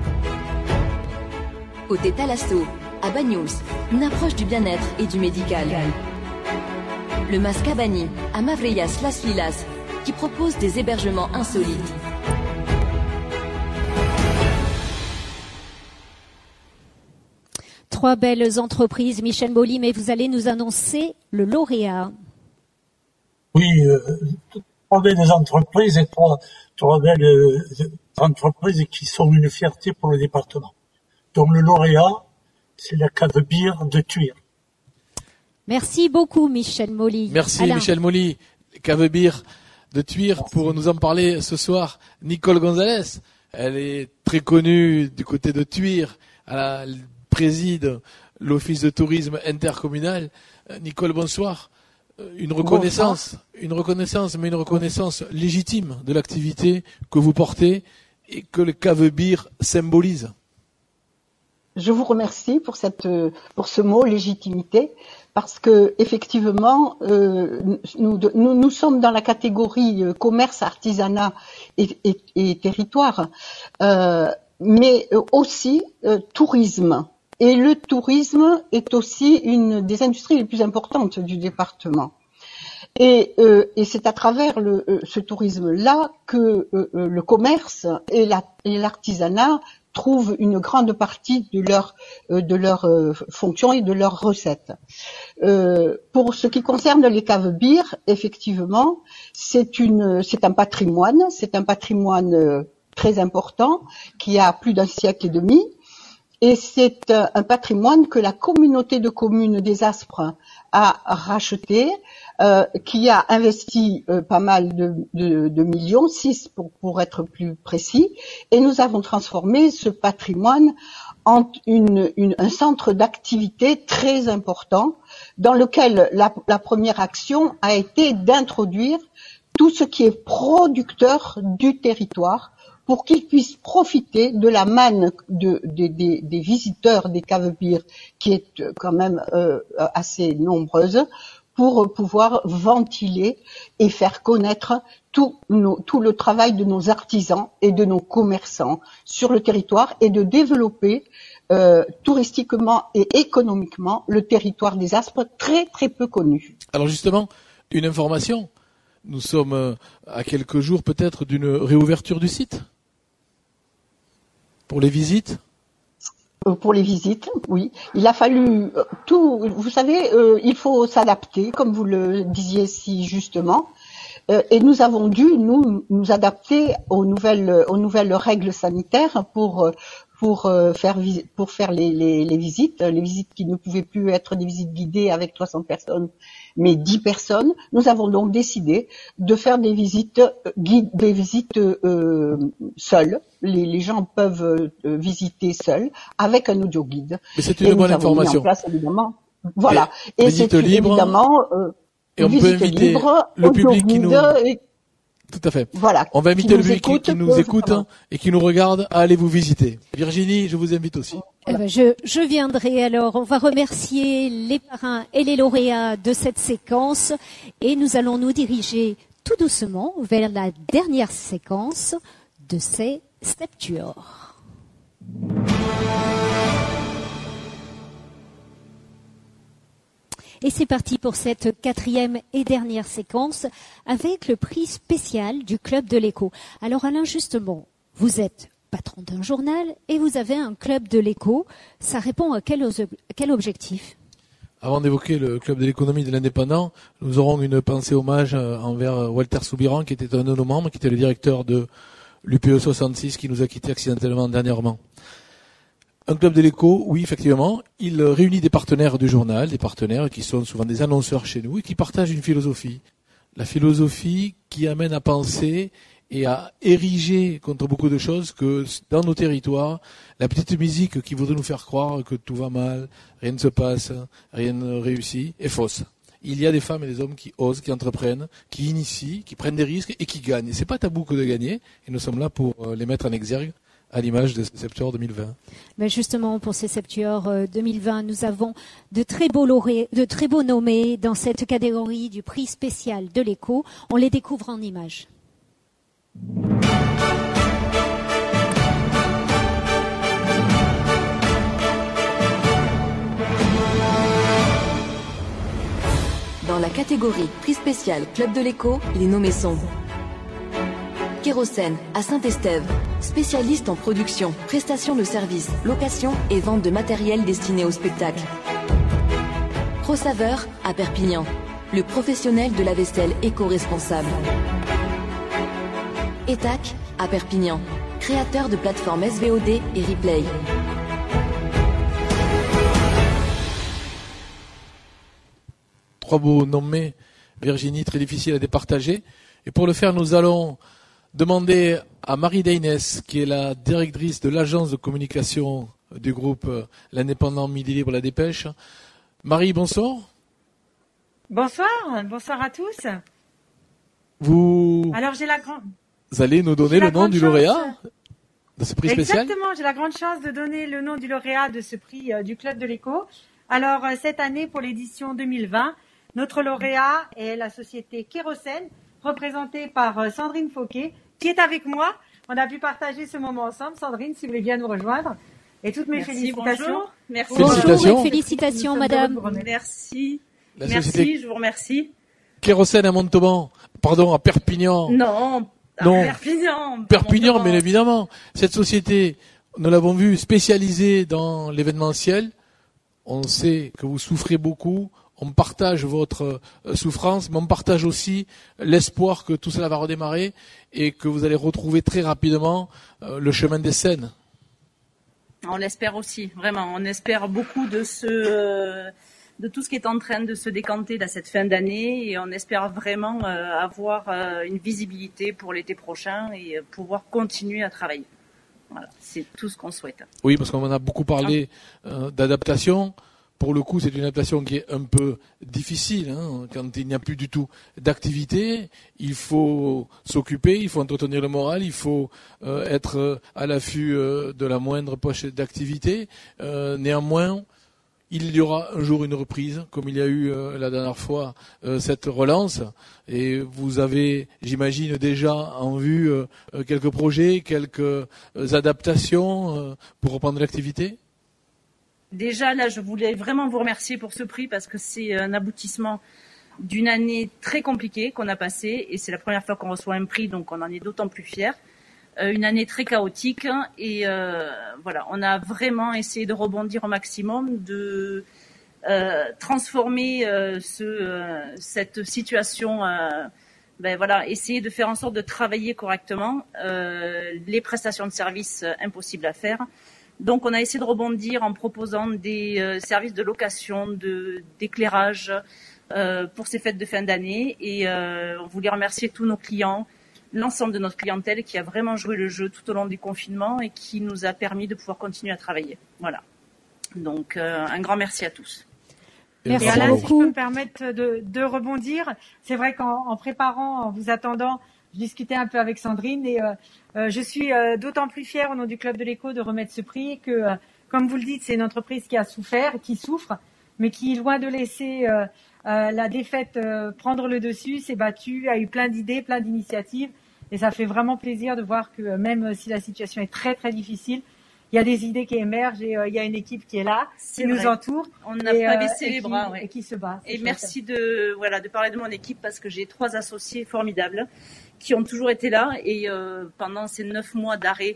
S4: Côté Talasso, à Banyuls, une approche du bien-être et du médical. Le Mascabani, à Mavreias Las Lilas, qui propose des hébergements insolites.
S1: Trois belles entreprises, Michel Molly, mais vous allez nous annoncer le lauréat.
S13: Oui, trois belles entreprises et trois belles entreprises qui sont une fierté pour le département. Donc le lauréat, c'est la Cave Beer de Thuir.
S1: Merci beaucoup, Michel Molly.
S2: Merci, Alain. Michel Molly. Cave Beer de Thuir. Merci. Pour nous en parler ce soir, Nicole Gonzalez. Elle est très connue du côté de Thuir. Elle préside l'office de tourisme intercommunal. Nicole, bonsoir. Une reconnaissance, mais une reconnaissance légitime de l'activité que vous portez et que le Cave Beer symbolise.
S14: Je vous remercie pour ce mot légitimité, parce que effectivement, nous sommes dans la catégorie commerce, artisanat et territoire, mais aussi tourisme. Et le tourisme est aussi une des industries les plus importantes du département. Et c'est à travers ce tourisme-là que le commerce et l'artisanat trouvent une grande partie de leur fonction et de leurs recettes. Pour ce qui concerne les caves beer, effectivement, c'est un patrimoine très important qui a plus d'un siècle et demi. Et c'est un patrimoine que la communauté de communes des Aspres a racheté, qui a investi pas mal de millions, 6 pour être plus précis, et nous avons transformé ce patrimoine en un centre d'activité très important, dans lequel la première action a été d'introduire tout ce qui est producteur du territoire, pour qu'ils puissent profiter de la manne des visiteurs des caves beer, qui est quand même assez nombreuse, pour pouvoir ventiler et faire connaître tout le travail de nos artisans et de nos commerçants sur le territoire et de développer touristiquement et économiquement le territoire des Aspres, très très peu connu.
S2: Alors justement, une information, nous sommes à quelques jours peut-être d'une réouverture du site pour les visites.
S14: pour les visites, oui. Il a fallu tout. Vous savez, il faut s'adapter, comme vous le disiez si justement. Et nous avons dû nous adapter aux nouvelles règles sanitaires pour faire les visites qui ne pouvaient plus être des visites guidées avec 300 personnes, mais 10 personnes. Nous avons donc décidé de faire des visites seules. Les gens peuvent visiter seuls avec un audio guide.
S2: Mais c'est une bonne information.
S14: Mis en place, évidemment. Voilà.
S2: Et c'est
S14: évidemment.
S2: Et on peut inviter le public qui nous... Tout à fait.
S14: Voilà.
S2: On va inviter le public qui nous écoute et qui nous regarde à aller vous visiter. Virginie, je vous invite aussi.
S1: Je viendrai alors. On va remercier les parrains et les lauréats de cette séquence et nous allons nous diriger tout doucement vers la dernière séquence de ces Septuors. Et c'est parti pour cette 4e et dernière séquence avec le prix spécial du Club de l'Écho. Alors Alain, justement, vous êtes patron d'un journal et vous avez un Club de l'Écho. Ça répond à quel objectif ?
S2: Avant d'évoquer le Club de l'économie de l'indépendant, nous aurons une pensée hommage envers Walter Soubiran, qui était un de nos membres, qui était le directeur de l'UPE 66, qui nous a quittés accidentellement dernièrement. Un Club de l'Écho, oui, effectivement, il réunit des partenaires du journal, des partenaires qui sont souvent des annonceurs chez nous et qui partagent une philosophie. La philosophie qui amène à penser et à ériger contre beaucoup de choses que dans nos territoires, la petite musique qui voudrait nous faire croire que tout va mal, rien ne se passe, rien ne réussit, est fausse. Il y a des femmes et des hommes qui osent, qui entreprennent, qui initient, qui prennent des risques et qui gagnent. Et c'est pas tabou que de gagner, et nous sommes là pour les mettre en exergue, à l'image de ces Septuors 2020.
S1: Mais justement, pour ces Septuors 2020, nous avons de très beaux nommés dans cette catégorie du prix spécial de l'Écho. On les découvre en images.
S4: Dans la catégorie prix spécial Club de l'Écho, les nommés sont Kérosène à Saint-Estève, spécialiste en production, prestation de services, location et vente de matériel destiné au spectacle. ProSaveur à Perpignan, le professionnel de la vaisselle éco-responsable. ETAC à Perpignan, créateur de plateformes SVOD et Replay.
S2: Trois beaux nommés, Virginie, très difficile à départager. Et pour le faire, nous allons demander à Marie Deynès, qui est la directrice de l'agence de communication du groupe L'Indépendant, Midi Libre, La Dépêche. Marie, bonsoir.
S15: Bonsoir à tous. Alors j'ai la grande...
S2: Vous allez nous donner le nom du lauréat de ce prix spécial ?
S15: Exactement, j'ai la grande chance de donner le nom du lauréat de ce prix du Club de l'Écho. Alors cette année, pour l'édition 2020, notre lauréat est la société Kérosène, représentée par Sandrine Fauquet, qui est avec moi. On a pu partager ce moment ensemble. Sandrine, si vous voulez bien nous rejoindre. Et toutes mes félicitations.
S16: Bonjour. Merci.
S1: Bonjour et félicitations, madame.
S16: Merci. Merci, je vous remercie.
S2: Kérosène à Montauban, pardon, à Perpignan.
S16: Non. Perpignan.
S2: Perpignan, bien évidemment. Cette société, nous l'avons vu, spécialisée dans l'événementiel. On sait que vous souffrez beaucoup. On partage votre souffrance, mais on partage aussi l'espoir que tout cela va redémarrer et que vous allez retrouver très rapidement le chemin des scènes.
S16: On l'espère aussi, vraiment. On espère beaucoup de tout ce qui est en train de se décanter à cette fin d'année et on espère vraiment avoir une visibilité pour l'été prochain et pouvoir continuer à travailler. Voilà, c'est tout ce qu'on souhaite.
S2: Oui, parce qu'on en a beaucoup parlé d'adaptation. Pour le coup, c'est une adaptation qui est un peu difficile. Quand il n'y a plus du tout d'activité, il faut s'occuper, il faut entretenir le moral, il faut être à l'affût de la moindre poche d'activité. Néanmoins, il y aura un jour une reprise, comme il y a eu la dernière fois cette relance. Et vous avez, j'imagine, déjà en vue quelques projets, quelques adaptations pour reprendre l'activité ?
S16: Déjà, là, je voulais vraiment vous remercier pour ce prix parce que c'est un aboutissement d'une année très compliquée qu'on a passée et c'est la première fois qu'on reçoit un prix, donc on en est d'autant plus fiers. une année très chaotique et voilà, on a vraiment essayé de rebondir au maximum, de transformer cette situation. Voilà, essayer de faire en sorte de travailler correctement, les prestations de services impossibles à faire. Donc on a essayé de rebondir en proposant des services de location, d'éclairage pour ces fêtes de fin d'année et on voulait remercier tous nos clients, l'ensemble de notre clientèle qui a vraiment joué le jeu tout au long du confinement et qui nous a permis de pouvoir continuer à travailler. Voilà. Donc un grand merci à tous.
S15: Merci Alain, si je peux me permettre de rebondir, c'est vrai qu'en préparant, en vous attendant, je discutais un peu avec Sandrine et je suis d'autant plus fière au nom du Club de l'Éco de remettre ce prix que, comme vous le dites, c'est une entreprise qui a souffert, qui souffre, mais qui, loin de laisser la défaite prendre le dessus, s'est battue, a eu plein d'idées, plein d'initiatives et ça fait vraiment plaisir de voir que même si la situation est très très difficile, il y a des idées qui émergent et il y a une équipe qui est là, qui nous entoure.
S16: On n'a pas baissé les bras,
S15: et qui se bat.
S16: Et merci de parler de mon équipe parce que j'ai 3 associés formidables qui ont toujours été là et pendant ces 9 mois d'arrêt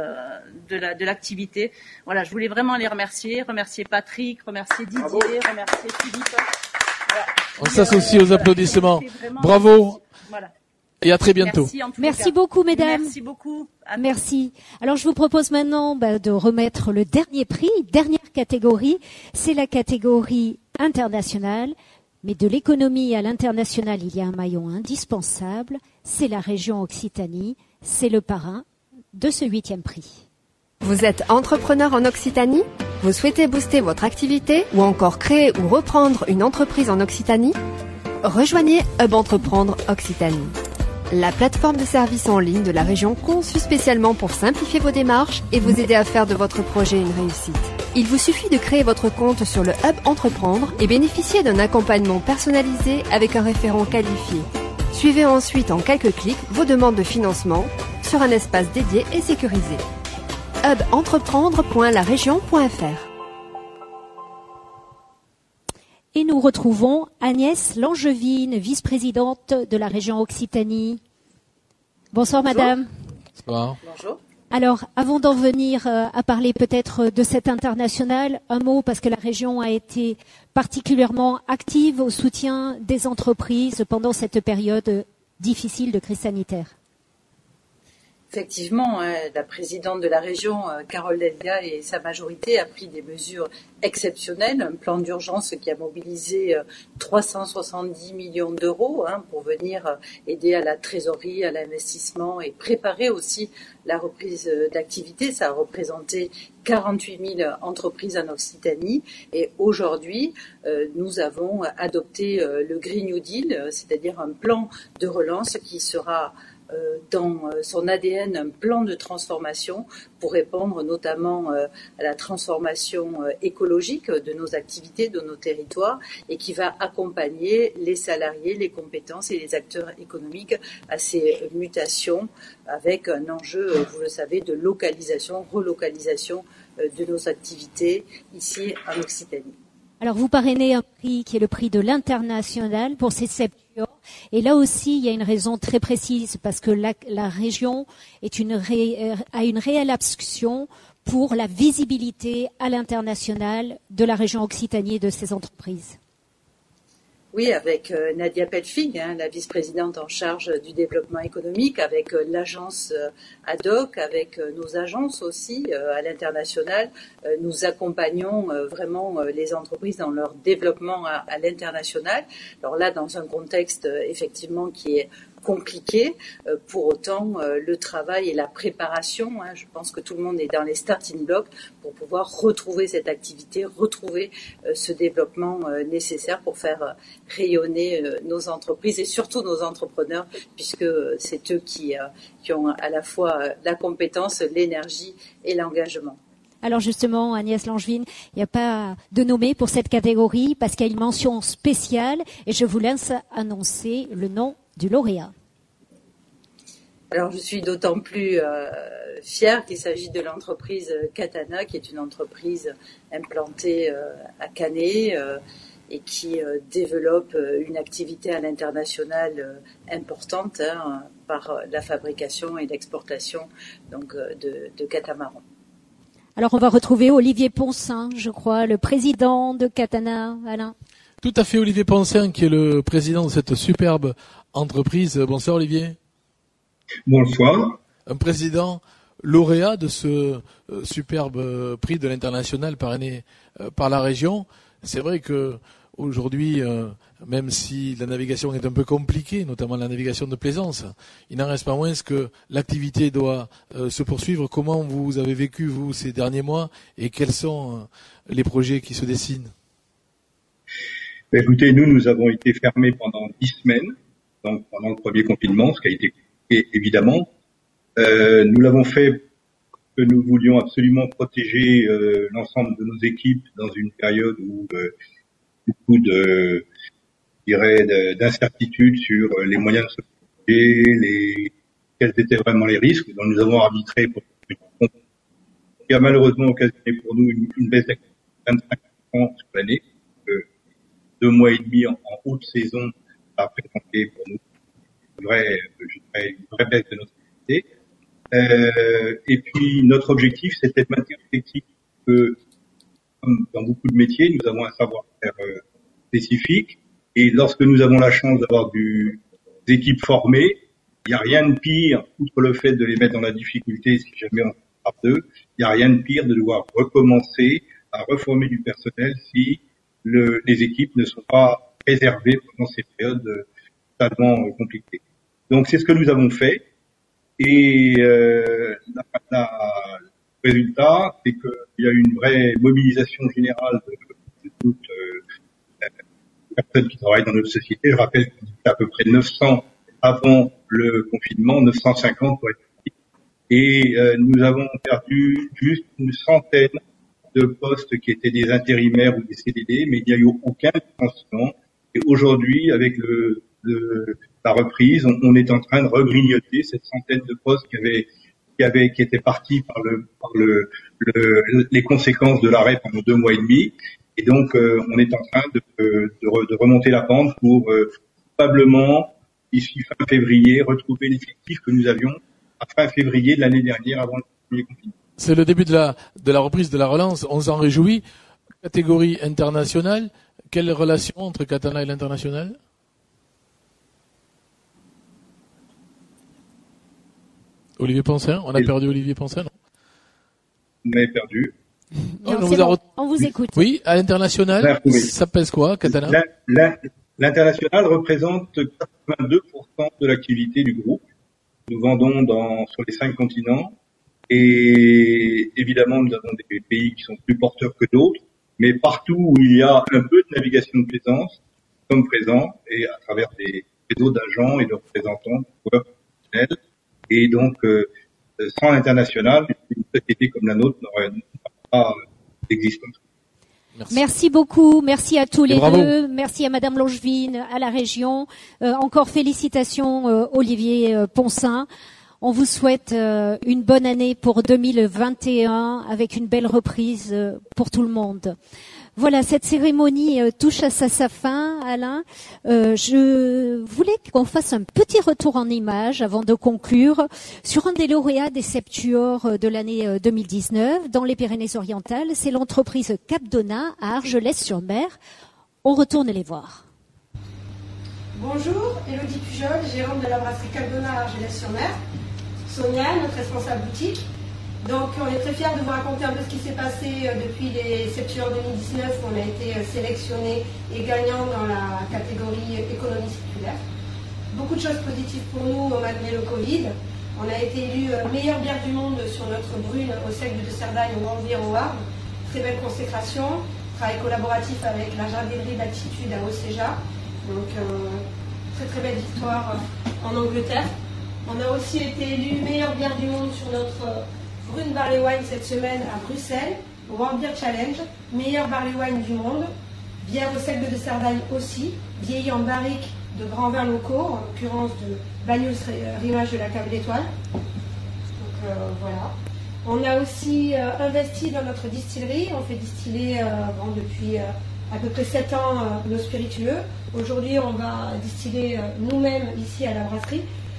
S16: de l'activité. Voilà, je voulais vraiment les remercier Patrick, remercier Didier, remercier Philippe. Voilà.
S2: On s'associe aux applaudissements. Bravo.
S16: Voilà.
S2: Et à très bientôt.
S1: Merci beaucoup, mesdames.
S16: Merci beaucoup.
S1: Merci. Alors, je vous propose maintenant de remettre le dernier prix, dernière catégorie. C'est la catégorie internationale. Mais de l'économie à l'international, il y a un maillon indispensable. C'est la région Occitanie. C'est le parrain de ce 8e prix.
S17: Vous êtes entrepreneur en Occitanie ? Vous souhaitez booster votre activité ou encore créer ou reprendre une entreprise en Occitanie ? Rejoignez Hub Entreprendre Occitanie. La plateforme de services en ligne de la région conçue spécialement pour simplifier vos démarches et vous aider à faire de votre projet une réussite. Il vous suffit de créer votre compte sur le Hub Entreprendre et bénéficier d'un accompagnement personnalisé avec un référent qualifié. Suivez ensuite en quelques clics vos demandes de financement sur un espace dédié et sécurisé. hubentreprendre.laregion.fr.
S1: Et nous retrouvons Agnès Langevine, vice-présidente de la région Occitanie. Bonsoir, madame.
S2: Bonsoir.
S16: Bonjour.
S1: Alors, avant d'en venir à parler peut-être de cet international, un mot parce que la région a été particulièrement active au soutien des entreprises pendant cette période difficile de crise sanitaire.
S18: Effectivement, la présidente de la région, Carole Delga, et sa majorité a pris des mesures exceptionnelles, un plan d'urgence qui a mobilisé 370 millions d'euros pour venir aider à la trésorerie, à l'investissement et préparer aussi la reprise d'activité. Ça a représenté 48 000 entreprises en Occitanie et aujourd'hui, nous avons adopté le Green New Deal, c'est-à-dire un plan de relance qui sera dans son ADN un plan de transformation pour répondre notamment à la transformation écologique de nos activités, de nos territoires et qui va accompagner les salariés, les compétences et les acteurs économiques à ces mutations avec un enjeu, vous le savez, de localisation, relocalisation de nos activités ici en Occitanie.
S1: Alors, vous parrainez un prix qui est le prix de l'international pour ces septiors. Et là aussi, il y a une raison très précise parce que la région a une réelle action pour la visibilité à l'international de la région Occitanie et de ses entreprises.
S18: Oui, avec Nadia Pelfig, la vice-présidente en charge du développement économique, avec l'agence ad hoc, avec nos agences aussi à l'international. Nous accompagnons vraiment les entreprises dans leur développement à l'international. Alors là, dans un contexte effectivement qui est compliqué. Pour autant, le travail et la préparation, je pense que tout le monde est dans les starting blocks pour pouvoir retrouver cette activité, retrouver ce développement nécessaire pour faire rayonner nos entreprises et surtout nos entrepreneurs, puisque c'est eux qui ont à la fois la compétence, l'énergie et l'engagement.
S1: Alors justement, Agnès Langevine, il n'y a pas de nommé pour cette catégorie parce qu'il y a une mention spéciale et je vous laisse annoncer le nom du lauréat.
S18: Alors je suis d'autant plus fière qu'il s'agit de l'entreprise Katana, qui est une entreprise implantée à Canet et qui développe une activité à l'international importante, par la fabrication et l'exportation donc de catamarans.
S1: Alors on va retrouver Olivier Poncin, je crois, le président de Catana, Alain.
S2: Tout à fait, Olivier Poncin, qui est le président de cette superbe entreprise. Bonsoir Olivier.
S19: Bonsoir.
S2: Un président lauréat de ce superbe prix de l'international parrainé par la région. C'est vrai que aujourd'hui, même si la navigation est un peu compliquée, notamment la navigation de plaisance, il n'en reste pas moins que l'activité doit se poursuivre. Comment vous avez vécu, vous, ces derniers mois, et quels sont les projets qui se dessinent?
S19: Écoutez, nous avons été fermés pendant 10 semaines, donc pendant le premier confinement, ce qui a été compliqué, évidemment. Nous l'avons fait parce que nous voulions absolument protéger l'ensemble de nos équipes dans une période où beaucoup d'incertitudes sur les moyens de se protéger, quels étaient vraiment les risques. Donc nous avons arbitré pour qui a malheureusement occasionné pour nous une baisse d'activité de 25% sur l'année. 2 mois et demi en haute saison a représenté pour nous une vraie baisse de notre activité. Et puis notre objectif, c'était de maintenir l'effectif que, comme dans beaucoup de métiers, nous avons un savoir-faire spécifique. Et lorsque nous avons la chance d'avoir des équipes formées, il n'y a rien de pire, outre le fait de les mettre dans la difficulté si jamais on part d'eux, il n'y a rien de pire de devoir recommencer à reformer du personnel si les équipes ne sont pas préservées pendant ces périodes totalement compliquées. Donc c'est ce que nous avons fait. Et le résultat, c'est qu'il y a eu une vraie mobilisation générale de toutes les personnes qui travaillent dans notre société. Je rappelle qu'on était à peu près 900 avant le confinement, 950 pour être précis. Et nous avons perdu juste une centaine de postes qui étaient des intérimaires ou des CDD, mais il n'y a eu aucun licenciement. Et aujourd'hui, avec la reprise, on est en train de regrignoter cette centaine de postes qui étaient partis par les conséquences de l'arrêt pendant 2 mois et demi. Et donc, on est en train de remonter la pente pour probablement, ici fin février, retrouver l'effectif que nous avions à fin février de l'année dernière avant le premier confinement.
S2: C'est le début de la reprise, de la relance. On s'en réjouit. Catégorie internationale. Quelle relation entre Catana et l'international? Olivier Poncin, on a perdu Olivier Poncin, non?
S19: On a perdu.
S1: On vous écoute.
S2: Oui, à l'international, ça pèse quoi, Catana?
S19: L'international représente 82% de l'activité du groupe. Nous vendons sur les 5 continents. Et évidemment, nous avons des pays qui sont plus porteurs que d'autres, mais partout où il y a un peu de navigation de plaisance, nous sommes présents, et à travers des réseaux d'agents et de représentants professionnels. Et donc, sans l'international, une société comme la nôtre n'aurait pas d'existence.
S1: Merci beaucoup, merci à tous les
S2: bravo.
S1: deux, merci à Madame Longevine, à la région. Encore félicitations Olivier Poncin. On vous souhaite une bonne année pour 2021 avec une belle reprise pour tout le monde. Voilà, cette cérémonie touche à sa fin, Alain. Je voulais qu'on fasse un petit retour en images avant de conclure sur un des lauréats des Septuors de l'année 2019 dans les Pyrénées-Orientales. C'est l'entreprise Capdona à Argelès-sur-Mer. On retourne les voir.
S20: Bonjour, Élodie Pujol, gérante de la brasserie Capdona à Argelès-sur-Mer. Sonia, notre responsable boutique. Donc on est très fiers de vous raconter un peu ce qui s'est passé depuis les Septuors 2019 où on a été sélectionné et gagnant dans la catégorie économie circulaire. Beaucoup de choses positives pour nous malgré le Covid. On a été élu meilleure bière du monde sur notre brune au seigle de Cerdagne au Grand-Vire au Havre. Très belle consécration, travail collaboratif avec la jardinerie d'altitude à Océja. Donc très belle victoire en Angleterre. On a aussi été élu meilleure bière du monde sur notre Brune Barley Wine cette semaine à Bruxelles, au World Beer Challenge, meilleure Barley Wine du monde, bière au seigle de Cerdagne aussi, vieillie en barrique de grands vins locaux, en l'occurrence de Banyuls-Rimages de la Cave d'Étoile. Donc voilà. On a aussi investi dans notre distillerie, on fait distiller depuis à peu près 7 ans nos spiritueux. Aujourd'hui on va distiller nous-mêmes ici à la brasserie.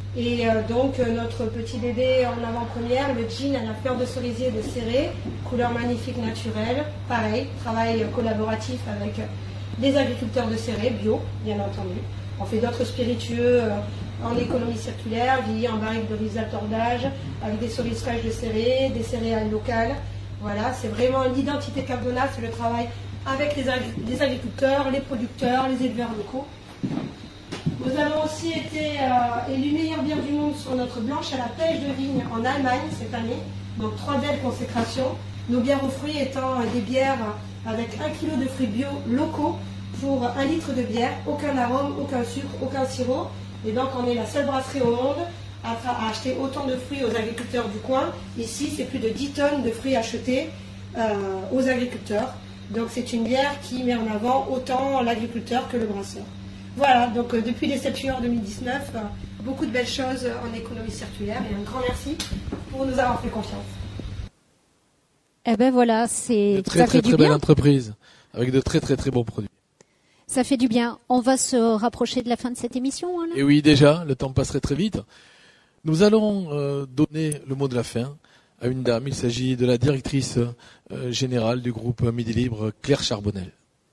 S20: Et donc notre petit bébé en avant-première, le gin à la fleur de cerisier de Céré, couleur magnifique naturelle, pareil, travail collaboratif avec des agriculteurs de Céré, bio bien entendu. On fait d'autres spiritueux en économie circulaire, vieillis en barrique de Risaltor d'âge, avec des cerises fraîches de Céré, des céréales locales. Voilà, c'est vraiment l'identité Cardona, c'est le travail avec les agriculteurs, les producteurs, les éleveurs locaux. Nous avons aussi été élus meilleure bière du monde sur notre blanche à la pêche de vigne en Allemagne cette année. Donc 3 belles consécrations. Nos bières aux fruits étant des bières avec 1 kg de fruits bio locaux pour 1 litre de bière. Aucun arôme, aucun sucre, aucun sirop. Et donc on est la seule brasserie au monde à acheter autant de fruits aux agriculteurs du coin. Ici c'est plus de 10 tonnes de fruits achetés aux agriculteurs. Donc c'est une bière qui met en avant autant l'agriculteur que le brasseur. Voilà, donc depuis les Septuors 2019, beaucoup de belles choses en économie circulaire et un grand merci pour nous avoir fait confiance.
S1: Eh ben voilà, c'est
S2: très très très belle entreprise avec de très très très bons produits.
S1: Ça fait du bien. On va se rapprocher de la fin de cette émission, Alain.
S2: Et oui, déjà, le temps passerait très vite. Nous allons donner le mot de la fin à une dame. Il s'agit de la directrice générale du groupe Midi Libre, Claire Charbonnel.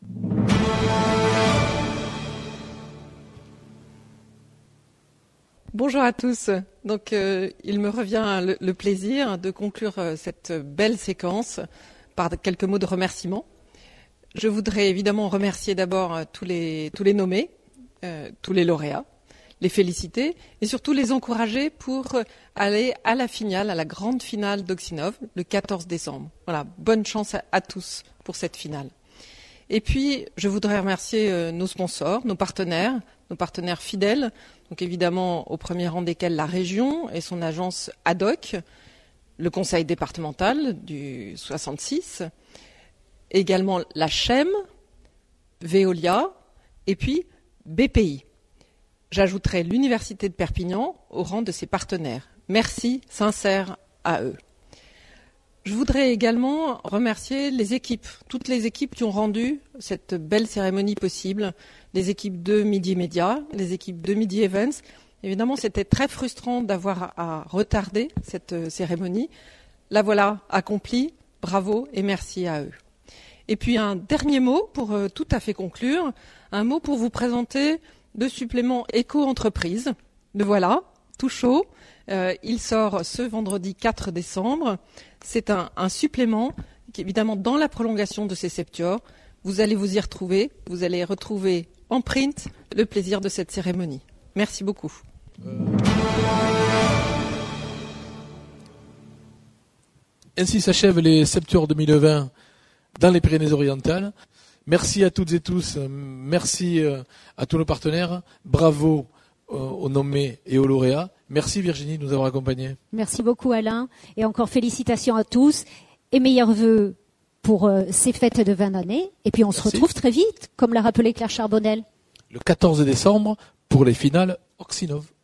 S21: Bonjour à tous. Donc, il me revient le plaisir de conclure cette belle séquence par quelques mots de remerciement. Je voudrais évidemment remercier d'abord tous les nommés, tous les lauréats, les féliciter et surtout les encourager pour aller à la finale, à la grande finale d'Oxinov le 14 décembre. Voilà, bonne chance à tous pour cette finale. Et puis, je voudrais remercier nos sponsors, nos partenaires fidèles, donc évidemment au premier rang desquels la région et son agence ADOC, le conseil départemental du 66, également la CHEM, Veolia et puis BPI. J'ajouterai l'Université de Perpignan au rang de ses partenaires. Merci sincère à eux. Je voudrais également remercier les équipes, toutes les équipes qui ont rendu cette belle cérémonie possible, les équipes de Midi Média, les équipes de Midi Events. Évidemment, c'était très frustrant d'avoir à retarder cette cérémonie. La voilà accomplie, bravo et merci à eux. Et puis un dernier mot pour tout à fait conclure, un mot pour vous présenter le supplément éco-entreprise. Le voilà, tout chaud. Il sort ce vendredi 4 décembre. C'est un supplément qui, évidemment, dans la prolongation de ces Septuors, vous allez vous y retrouver. Vous allez retrouver en print le plaisir de cette cérémonie. Merci beaucoup.
S2: Ainsi s'achèvent les Septuors 2020 dans les Pyrénées-Orientales. Merci à toutes et tous. Merci à tous nos partenaires. Bravo aux nommés et aux lauréats. Merci Virginie de nous avoir accompagnés.
S1: Merci beaucoup Alain et encore félicitations à tous et meilleurs vœux pour ces fêtes de 20 années. Et puis on se retrouve très vite, comme l'a rappelé Claire Charbonnel.
S2: Le 14 décembre pour les finales Oxinov.